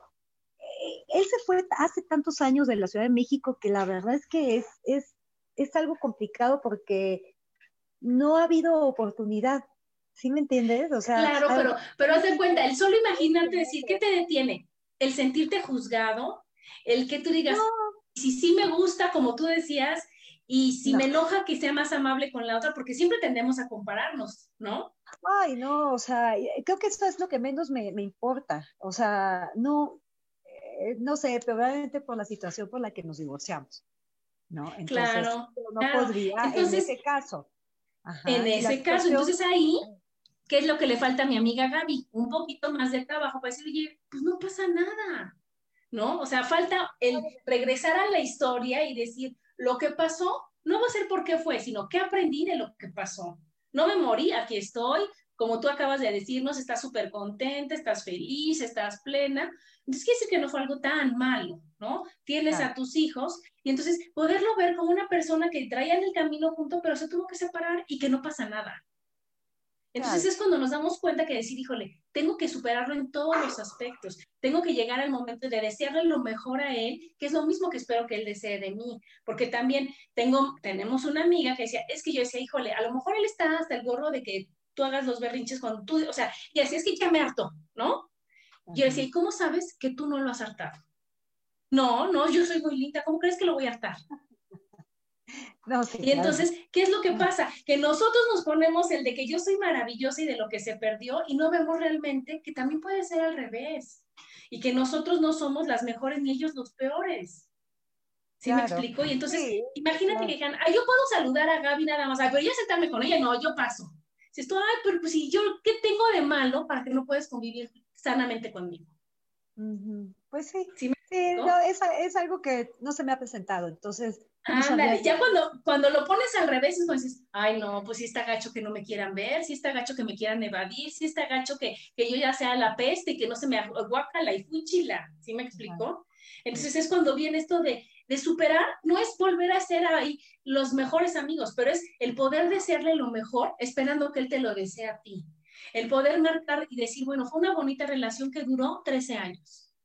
Él se fue hace tantos años de la Ciudad de México que la verdad es que es, es, es algo complicado porque no ha habido oportunidad. ¿Sí me entiendes? O sea, claro, pero, pero haz de cuenta, el solo imaginarte decir, ¿qué te detiene? El sentirte juzgado, el que tú digas, no. si sí me gusta, como tú decías, y si no. me enoja que sea más amable con la otra, porque siempre tendemos a compararnos, ¿no? Ay, no, o sea, creo que eso es lo que menos me, me importa. O sea, no, eh, no sé, probablemente por la situación por la que nos divorciamos, ¿no? Entonces, claro, no claro. podría Entonces, en ese caso. Ajá, en ese situación... caso, entonces ahí... ¿Qué es lo que le falta a mi amiga Gaby? Un poquito más de trabajo para decir, oye, pues no pasa nada, ¿no? O sea, falta el regresar a la historia y decir, lo que pasó no va a ser por qué fue, sino qué aprendí de lo que pasó. No me morí, aquí estoy, como tú acabas de decirnos, estás súper contenta, estás feliz, estás plena. Entonces quiere decir que no fue algo tan malo, ¿no? Tienes claro. a tus hijos y entonces poderlo ver como una persona que traía en el camino junto, pero se tuvo que separar y que no pasa nada. Entonces claro. es cuando nos damos cuenta que decir, híjole, tengo que superarlo en todos los aspectos, tengo que llegar al momento de desearle lo mejor a él, que es lo mismo que espero que él desee de mí, porque también tengo, tenemos una amiga que decía, es que yo decía, híjole, a lo mejor él está hasta el gorro de que tú hagas los berrinches cuando tú, o sea, y así es que ya me harto, ¿no? Uh-huh. Yo decía, ¿y cómo sabes que tú no lo has hartado? No, no, yo soy muy linda, ¿cómo crees que lo voy a hartar? No, sí, y entonces, claro. ¿qué es lo que pasa? Que nosotros nos ponemos el de que yo soy maravillosa y de lo que se perdió y no vemos realmente que también puede ser al revés y que nosotros no somos las mejores ni ellos los peores. ¿Sí claro. me explico? Y entonces, sí, imagínate claro. que digan, ay, yo puedo saludar a Gaby nada más, ay, pero ya sentarme con ella, no, yo paso. Si esto, ay, pero pues si yo, ¿qué tengo de malo para que no puedes convivir sanamente conmigo? Uh-huh. Pues sí, sí, sí no, es, es algo que no se me ha presentado, entonces... Ándale, ya cuando, cuando lo pones al revés es cuando dices, ay no, pues sí está gacho que no me quieran ver, sí está gacho que me quieran evadir, sí está gacho que, que yo ya sea la peste y que no se me guácala y fúchila, ¿sí me explicó? Entonces es cuando viene esto de, de superar, no es volver a ser ahí los mejores amigos, pero es el poder desearle lo mejor esperando que él te lo desee a ti. El poder marcar y decir, bueno, fue una bonita relación que duró trece años.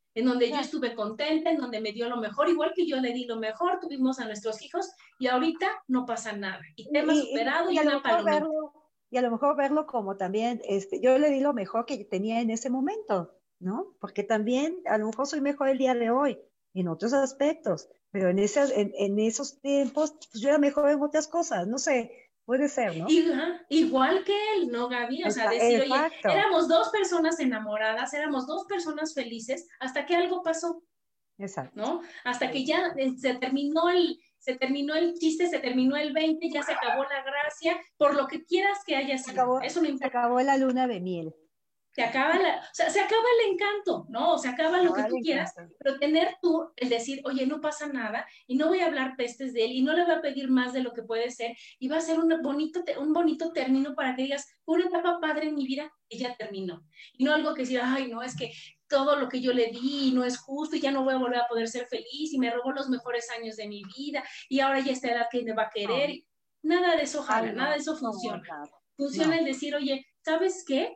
en donde claro. yo estuve contenta, en donde me dio lo mejor, igual que yo le di lo mejor, tuvimos a nuestros hijos, y ahorita no pasa nada. Y tema y, superado y, y, y una palomita. Verlo, y a lo mejor verlo como también, este, yo le di lo mejor que tenía en ese momento, ¿no? Porque también a lo mejor soy mejor el día de hoy, en otros aspectos, pero en, esas, en, en esos tiempos, pues yo era mejor en otras cosas, no sé, puede ser, ¿no? Y, uh, igual que él, ¿no, Gaby? O sea, decir, Exacto. oye, éramos dos personas enamoradas, éramos dos personas felices, hasta que algo pasó. Exacto. ¿No? Hasta que ya se terminó el, se terminó el chiste, se terminó el veinte, ya se acabó la gracia, por lo que quieras que haya sido. Se acabó, Eso no importa. Se acabó la luna de miel. Se acaba, la, o sea, se acaba el encanto, ¿no? O se acaba se lo acaba que tú quieras, pero tener tú el decir, oye, no pasa nada, y no voy a hablar pestes de él, y no le voy a pedir más de lo que puede ser, y va a ser un bonito, un bonito término para que digas, una etapa padre en mi vida, y ya terminó. Y no algo que decir, ay, no, es que todo lo que yo le di no es justo, y ya no voy a volver a poder ser feliz, y me robó los mejores años de mi vida, y ahora ya está la edad que me va a querer. No. Nada de eso jala, no, nada de eso funciona. No, no, funciona no. el decir, oye, ¿sabes qué?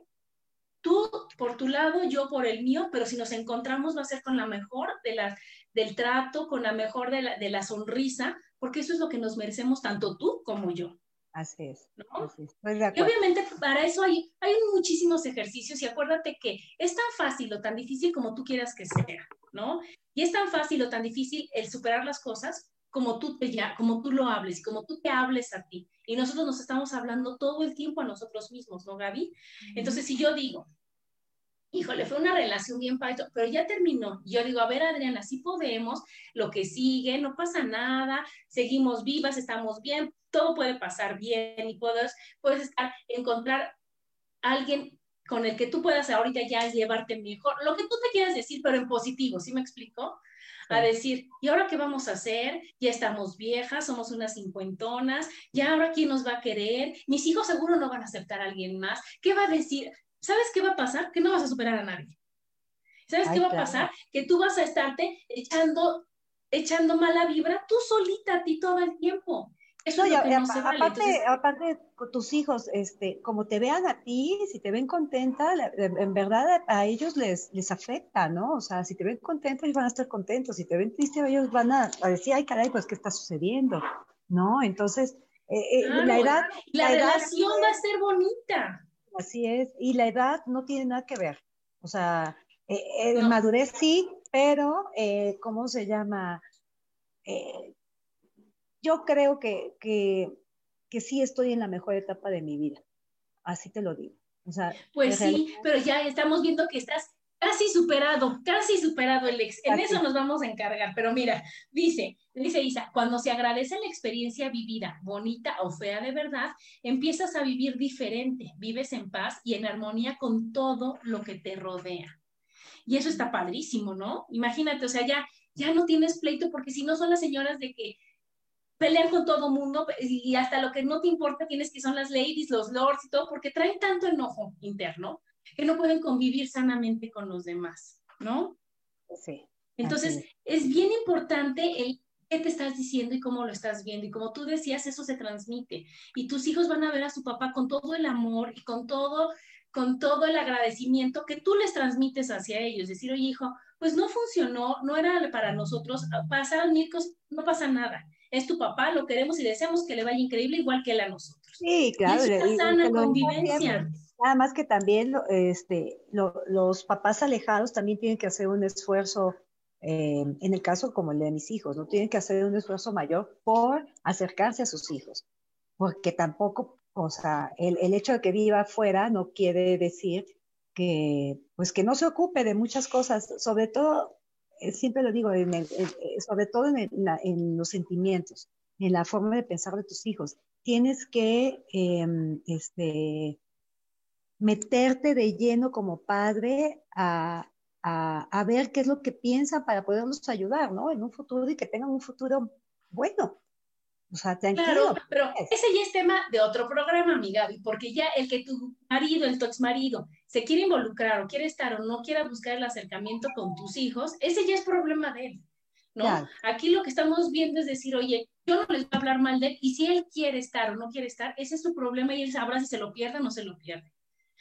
Tú por tu lado, yo por el mío, pero si nos encontramos va a ser con la mejor de la, del trato, con la mejor de la, de la sonrisa, porque eso es lo que nos merecemos tanto tú como yo. Así es. ¿No? Así es. Pues y obviamente para eso hay, hay muchísimos ejercicios, y acuérdate que es tan fácil o tan difícil como tú quieras que sea, ¿no? Y es tan fácil o tan difícil el superar las cosas como tú, te ya, como tú lo hables, como tú te hables a ti. Y nosotros nos estamos hablando todo el tiempo a nosotros mismos, ¿no, Gaby? Uh-huh. Entonces, si yo digo, híjole, fue una relación bien padre, pero ya terminó. Yo digo, a ver, Adriana, sí podemos, lo que sigue, no pasa nada, seguimos vivas, estamos bien, todo puede pasar bien, y puedes, puedes estar, encontrar a alguien con el que tú puedas ahorita ya llevarte mejor, lo que tú te quieras decir, pero en positivo, ¿sí me explico? A decir, ¿y ahora qué vamos a hacer? Ya estamos viejas, somos unas cincuentonas, ¿ya ahora quién nos va a querer? Mis hijos seguro no van a aceptar a alguien más. ¿Qué va a decir? ¿Sabes qué va a pasar? Que no vas a superar a nadie. ¿Sabes Ay, qué va claro. a pasar? Que tú vas a estarte echando, echando mala vibra tú solita a ti todo el tiempo. Eso no, es lo que ya, no a, se vale. Aparte, Entonces, aparte, tus hijos, este, como te vean a ti, si te ven contenta, en verdad a ellos les, les afecta, ¿no? O sea, si te ven contenta, ellos van a estar contentos. Si te ven triste, ellos van a, a decir, ay, caray, pues, ¿qué está sucediendo? ¿No? Entonces, eh, claro, eh, la edad... La, la relación edad, va a ser bonita. Así es, y la edad no tiene nada que ver. O sea, eh, eh, no. madurez sí, pero, eh, ¿cómo se llama? Eh, yo creo que, que, que sí estoy en la mejor etapa de mi vida. Así te lo digo. O sea, pues sí, realidad... pero ya estamos viendo que estás casi superado, casi superado el ex. En eso nos vamos a encargar. Pero mira, dice, dice Isa, cuando se agradece la experiencia vivida, bonita o fea de verdad, empiezas a vivir diferente, vives en paz y en armonía con todo lo que te rodea. Y eso está padrísimo, ¿no? Imagínate, o sea, ya, ya no tienes pleito, porque si no son las señoras de que pelean con todo mundo, y hasta lo que no te importa tienes que son las ladies, los lords y todo, porque traen tanto enojo interno que no pueden convivir sanamente con los demás, ¿no? Sí. Entonces, es bien importante el qué te estás diciendo y cómo lo estás viendo, y como tú decías, eso se transmite, y tus hijos van a ver a su papá con todo el amor y con todo, con todo el agradecimiento que tú les transmites hacia ellos, decir, oye, hijo, pues no funcionó, no era para nosotros, pasaron mil cosas, no pasa nada, es tu papá, lo queremos y deseamos que le vaya increíble igual que él a nosotros. Sí, claro. Y es una sana convivencia. Nada más que también este, lo, los papás alejados también tienen que hacer un esfuerzo, eh, en el caso como el de mis hijos, ¿no? Tienen que hacer un esfuerzo mayor por acercarse a sus hijos, porque tampoco, o sea, el, el hecho de que viva afuera no quiere decir que, pues que no se ocupe de muchas cosas, sobre todo, eh, siempre lo digo, en el, eh, sobre todo en, el, la, en los sentimientos, en la forma de pensar de tus hijos. Tienes que, eh, este... meterte de lleno como padre a, a, a ver qué es lo que piensan para poderlos ayudar, ¿no? En un futuro, y que tengan un futuro bueno. O sea, tranquilo. Claro, pero ese ya es tema de otro programa, mi Gaby, porque ya el que tu marido, el tu exmarido, se quiere involucrar o quiere estar o no quiera buscar el acercamiento con tus hijos, ese ya es problema de él, ¿no? Claro. Aquí lo que estamos viendo es decir, oye, yo no les voy a hablar mal de él, y si él quiere estar o no quiere estar, ese es su problema, y él sabrá si se lo pierde o no se lo pierde.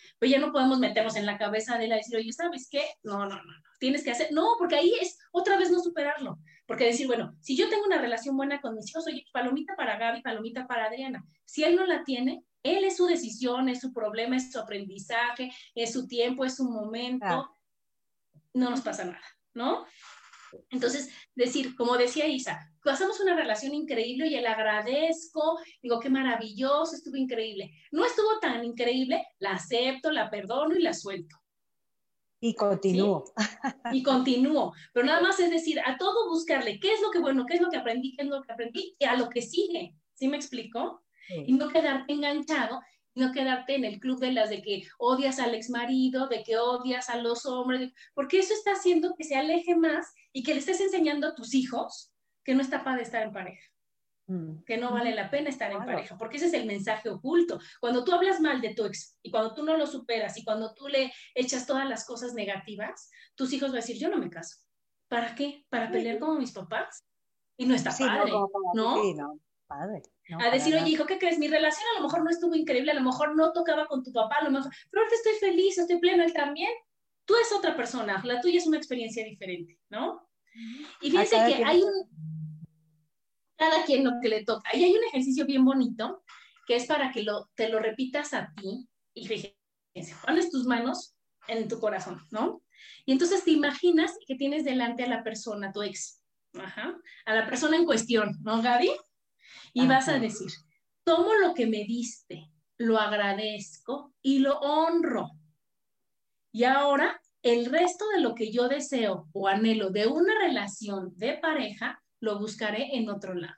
Pero ya no podemos meternos en la cabeza de la y decir, oye, ¿sabes qué? No, no, no, no, tienes que hacer, no, porque ahí es otra vez no superarlo. Porque decir, bueno, si yo tengo una relación buena con mis hijos, oye, palomita para Gaby, palomita para Adriana. Si él no la tiene, él es su decisión, es su problema, es su aprendizaje, es su tiempo, es su momento. Ah. No nos pasa nada, ¿no? Entonces, decir, como decía Isa, pasamos una relación increíble y le agradezco, digo, qué maravilloso, estuvo increíble. No estuvo tan increíble, la acepto, la perdono y la suelto. Y continúo. ¿Sí? Y continúo. Pero nada más es decir, a todo buscarle qué es lo que bueno, qué es lo que aprendí, qué es lo que aprendí, y a lo que sigue. ¿Sí me explico? Sí. Y no quedarte enganchado, y no quedarte en el club de las de que odias al exmarido, de que odias a los hombres, porque eso está haciendo que se aleje más y que le estés enseñando a tus hijos que no está padre estar en pareja. Que no vale la pena estar en pareja, porque ese es el mensaje oculto. Cuando tú hablas mal de tu ex y cuando tú no lo superas y cuando tú le echas todas las cosas negativas, tus hijos van a decir, yo no me caso. ¿Para qué? ¿Para pelear como mis papás? Y no está sí, padre, ¿no? ¿no? Sí, no, padre. No, a decir, oye, hijo, ¿qué crees? Mi relación a lo mejor no estuvo increíble, a lo mejor no tocaba con tu papá, a lo mejor, pero ahorita estoy feliz, estoy pleno, él también. Tú es otra persona, la tuya es una experiencia diferente, ¿no? Y fíjense que quien... hay un... cada quien lo que le toca. Y hay un ejercicio bien bonito que es para que lo, te lo repitas a ti y fíjense, pones tus manos en tu corazón, ¿no? Y entonces te imaginas que tienes delante a la persona, tu ex, ajá, a la persona en cuestión, ¿no, Gaby? Y ajá. Vas a decir, tomo lo que me diste, lo agradezco y lo honro. Y ahora, el resto de lo que yo deseo o anhelo de una relación de pareja, lo buscaré en otro lado.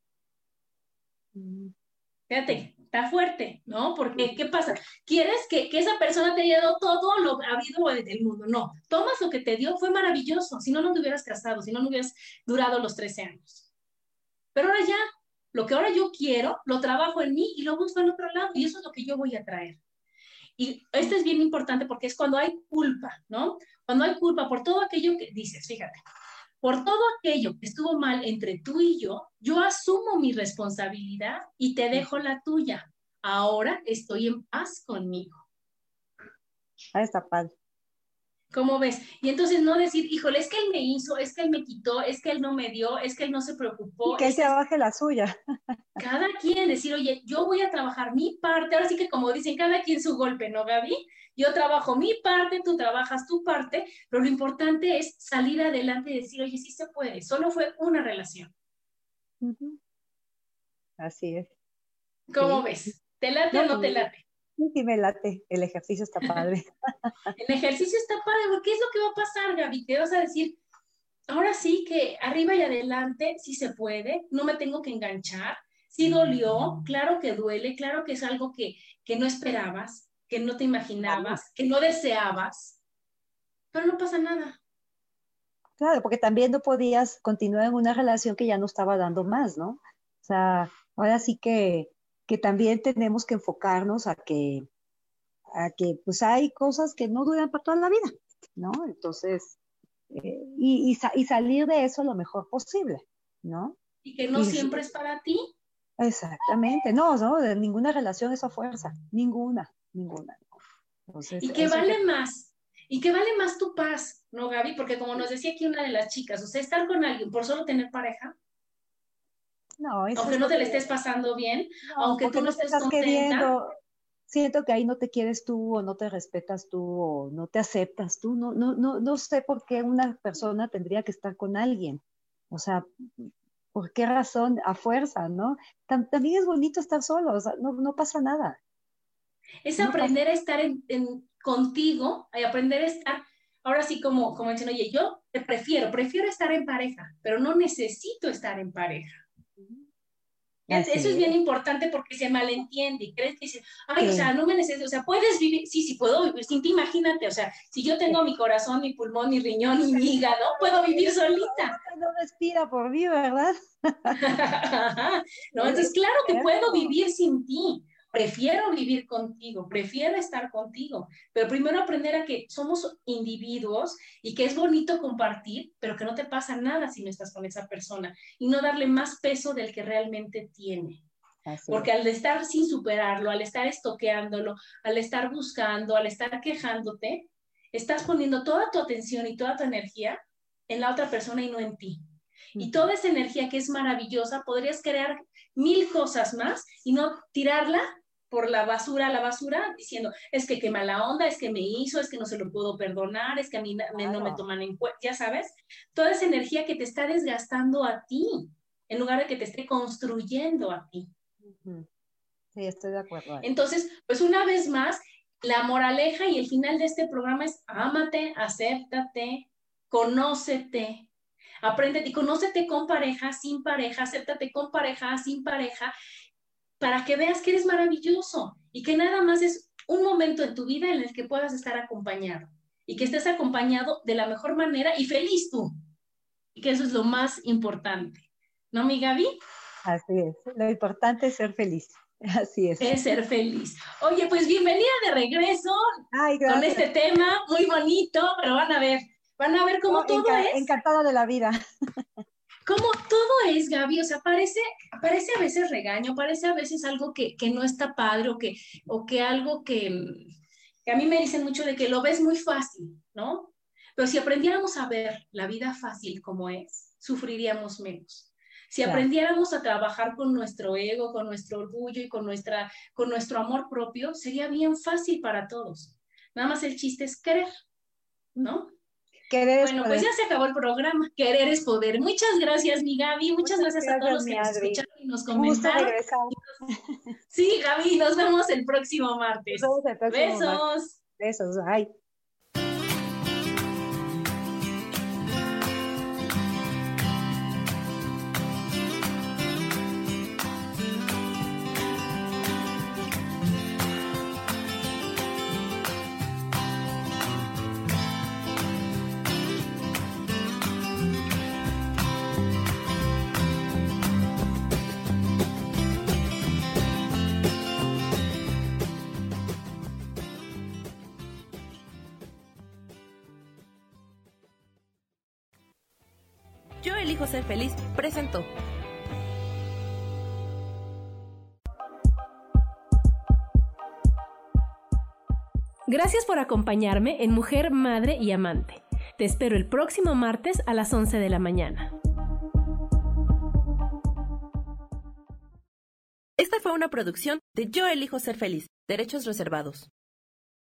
Fíjate, está fuerte, ¿no? Porque, ¿qué pasa? ¿Quieres que, que esa persona te haya dado todo lo habido del mundo? No, tomas lo que te dio, fue maravilloso, si no, no te hubieras casado, si no, no hubieras durado los trece años. Pero ahora ya, lo que ahora yo quiero, lo trabajo en mí y lo busco en otro lado, y eso es lo que yo voy a traer. Y esto es bien importante porque es cuando hay culpa, ¿no? Cuando hay culpa por todo aquello que dices, fíjate, por todo aquello que estuvo mal entre tú y yo, yo asumo mi responsabilidad y te dejo la tuya. Ahora estoy en paz conmigo. Ah, está padre. ¿Cómo ves? Y entonces no decir, híjole, es que él me hizo, es que él me quitó, es que él no me dio, es que él no se preocupó. Y que él trabaje la suya. Cada quien decir, oye, yo voy a trabajar mi parte. Ahora sí que como dicen, cada quien su golpe, ¿no, Gaby? Yo trabajo mi parte, tú trabajas tu parte, pero lo importante es salir adelante y decir, oye, sí se puede, solo fue una relación. Uh-huh. Así es. ¿Cómo sí. ves? ¿Te late no, o no te late? Sí, sí me late, el ejercicio está padre. El ejercicio está padre, porque ¿qué es lo que va a pasar, Gaby? Te vas a decir, ahora sí que arriba y adelante sí se puede, no me tengo que enganchar, sí dolió, claro que duele, claro que es algo que, que no esperabas, que no te imaginabas, que no deseabas, pero no pasa nada. Claro, porque también no podías continuar en una relación que ya no estaba dando más, ¿no? O sea, ahora sí que, que también tenemos que enfocarnos a que, a que pues hay cosas que no duran para toda la vida, ¿no? Entonces, eh, y, y, y salir de eso lo mejor posible, ¿no? Y que no y, siempre es para ti. Exactamente, no, no, de ninguna relación es a fuerza, ninguna. Ninguna. Entonces, y que vale que... más, y que vale más tu paz, ¿no, Gaby? Porque como nos decía aquí una de las chicas, o sea, estar con alguien por solo tener pareja, no, eso aunque es no te que... le estés pasando bien, no, aunque tú no estés estás contenta, queriendo, siento que ahí no te quieres tú, o no te respetas tú, o no te aceptas tú, no, no, no, no sé por qué una persona tendría que estar con alguien, o sea, ¿por qué razón? A fuerza, ¿no? También es bonito estar solo, o sea, no, no pasa nada. Es aprender a estar en, en, contigo, y aprender a estar, ahora sí como, como dicen, oye, yo te prefiero, prefiero estar en pareja, pero no necesito estar en pareja. Es, eso es bien importante porque se malentiende y crees que dices, ay, sí. O sea, no me necesito, o sea, puedes vivir, sí, sí puedo vivir sin ti, imagínate, o sea, si yo tengo sí. mi corazón, mi pulmón, mi riñón y mi hígado, puedo vivir solita. No, no respira por mí, ¿verdad? No, entonces claro que puedo vivir sin ti. Prefiero vivir contigo, prefiero estar contigo, pero primero aprender a que somos individuos y que es bonito compartir, pero que no te pasa nada si no estás con esa persona y no darle más peso del que realmente tiene. Así Porque es. al estar sin superarlo, al estar estoqueándolo, al estar buscando, al estar quejándote, estás poniendo toda tu atención y toda tu energía en la otra persona y no en ti. Y toda esa energía que es maravillosa, podrías crear mil cosas más y no tirarla por la basura a la basura, diciendo, es que qué mala onda, es que me hizo, es que no se lo puedo perdonar, es que a mí claro. me, no me toman en cuenta, ya sabes, toda esa energía que te está desgastando a ti, en lugar de que te esté construyendo a ti. Sí, estoy de acuerdo. Entonces, pues una vez más, la moraleja y el final de este programa es ámate, acéptate, conócete, apréndete y conócete con pareja, sin pareja, acéptate con pareja, sin pareja, para que veas que eres maravilloso y que nada más es un momento en tu vida en el que puedas estar acompañado y que estés acompañado de la mejor manera y feliz tú. Y que eso es lo más importante. ¿No, mi Gaby? Así es. Lo importante es ser feliz. Así es. Es ser feliz. Oye, pues bienvenida de regreso. Ay, con este tema muy bonito, pero van a ver, van a ver cómo no, todo enca- es. Encantada de la vida. Cómo todo es, Gaby, o sea, parece, parece a veces regaño, parece a veces algo que, que no está padre o que, o que algo que, que a mí me dicen mucho de que lo ves muy fácil, ¿no? Pero si aprendiéramos a ver la vida fácil como es, sufriríamos menos. Si Claro. aprendiéramos a trabajar con nuestro ego, con nuestro orgullo y con, nuestra, con nuestro amor propio, sería bien fácil para todos. Nada más el chiste es querer, ¿no? Querer es Bueno, poder. pues ya se acabó el programa. Querer es poder. Muchas gracias, mi Gaby. Muchas, Muchas gracias, a todos los que mi nos Adri. escucharon y nos Un gusto comentaron. regresar. Sí, Gaby, nos vemos el próximo martes. Nos vemos el próximo Besos. martes. Besos. Ay. Yo elijo ser feliz, presentó. Gracias por acompañarme en Mujer, Madre y Amante. Te espero el próximo martes a las once de la mañana. Esta fue una producción de Yo elijo ser feliz, derechos reservados.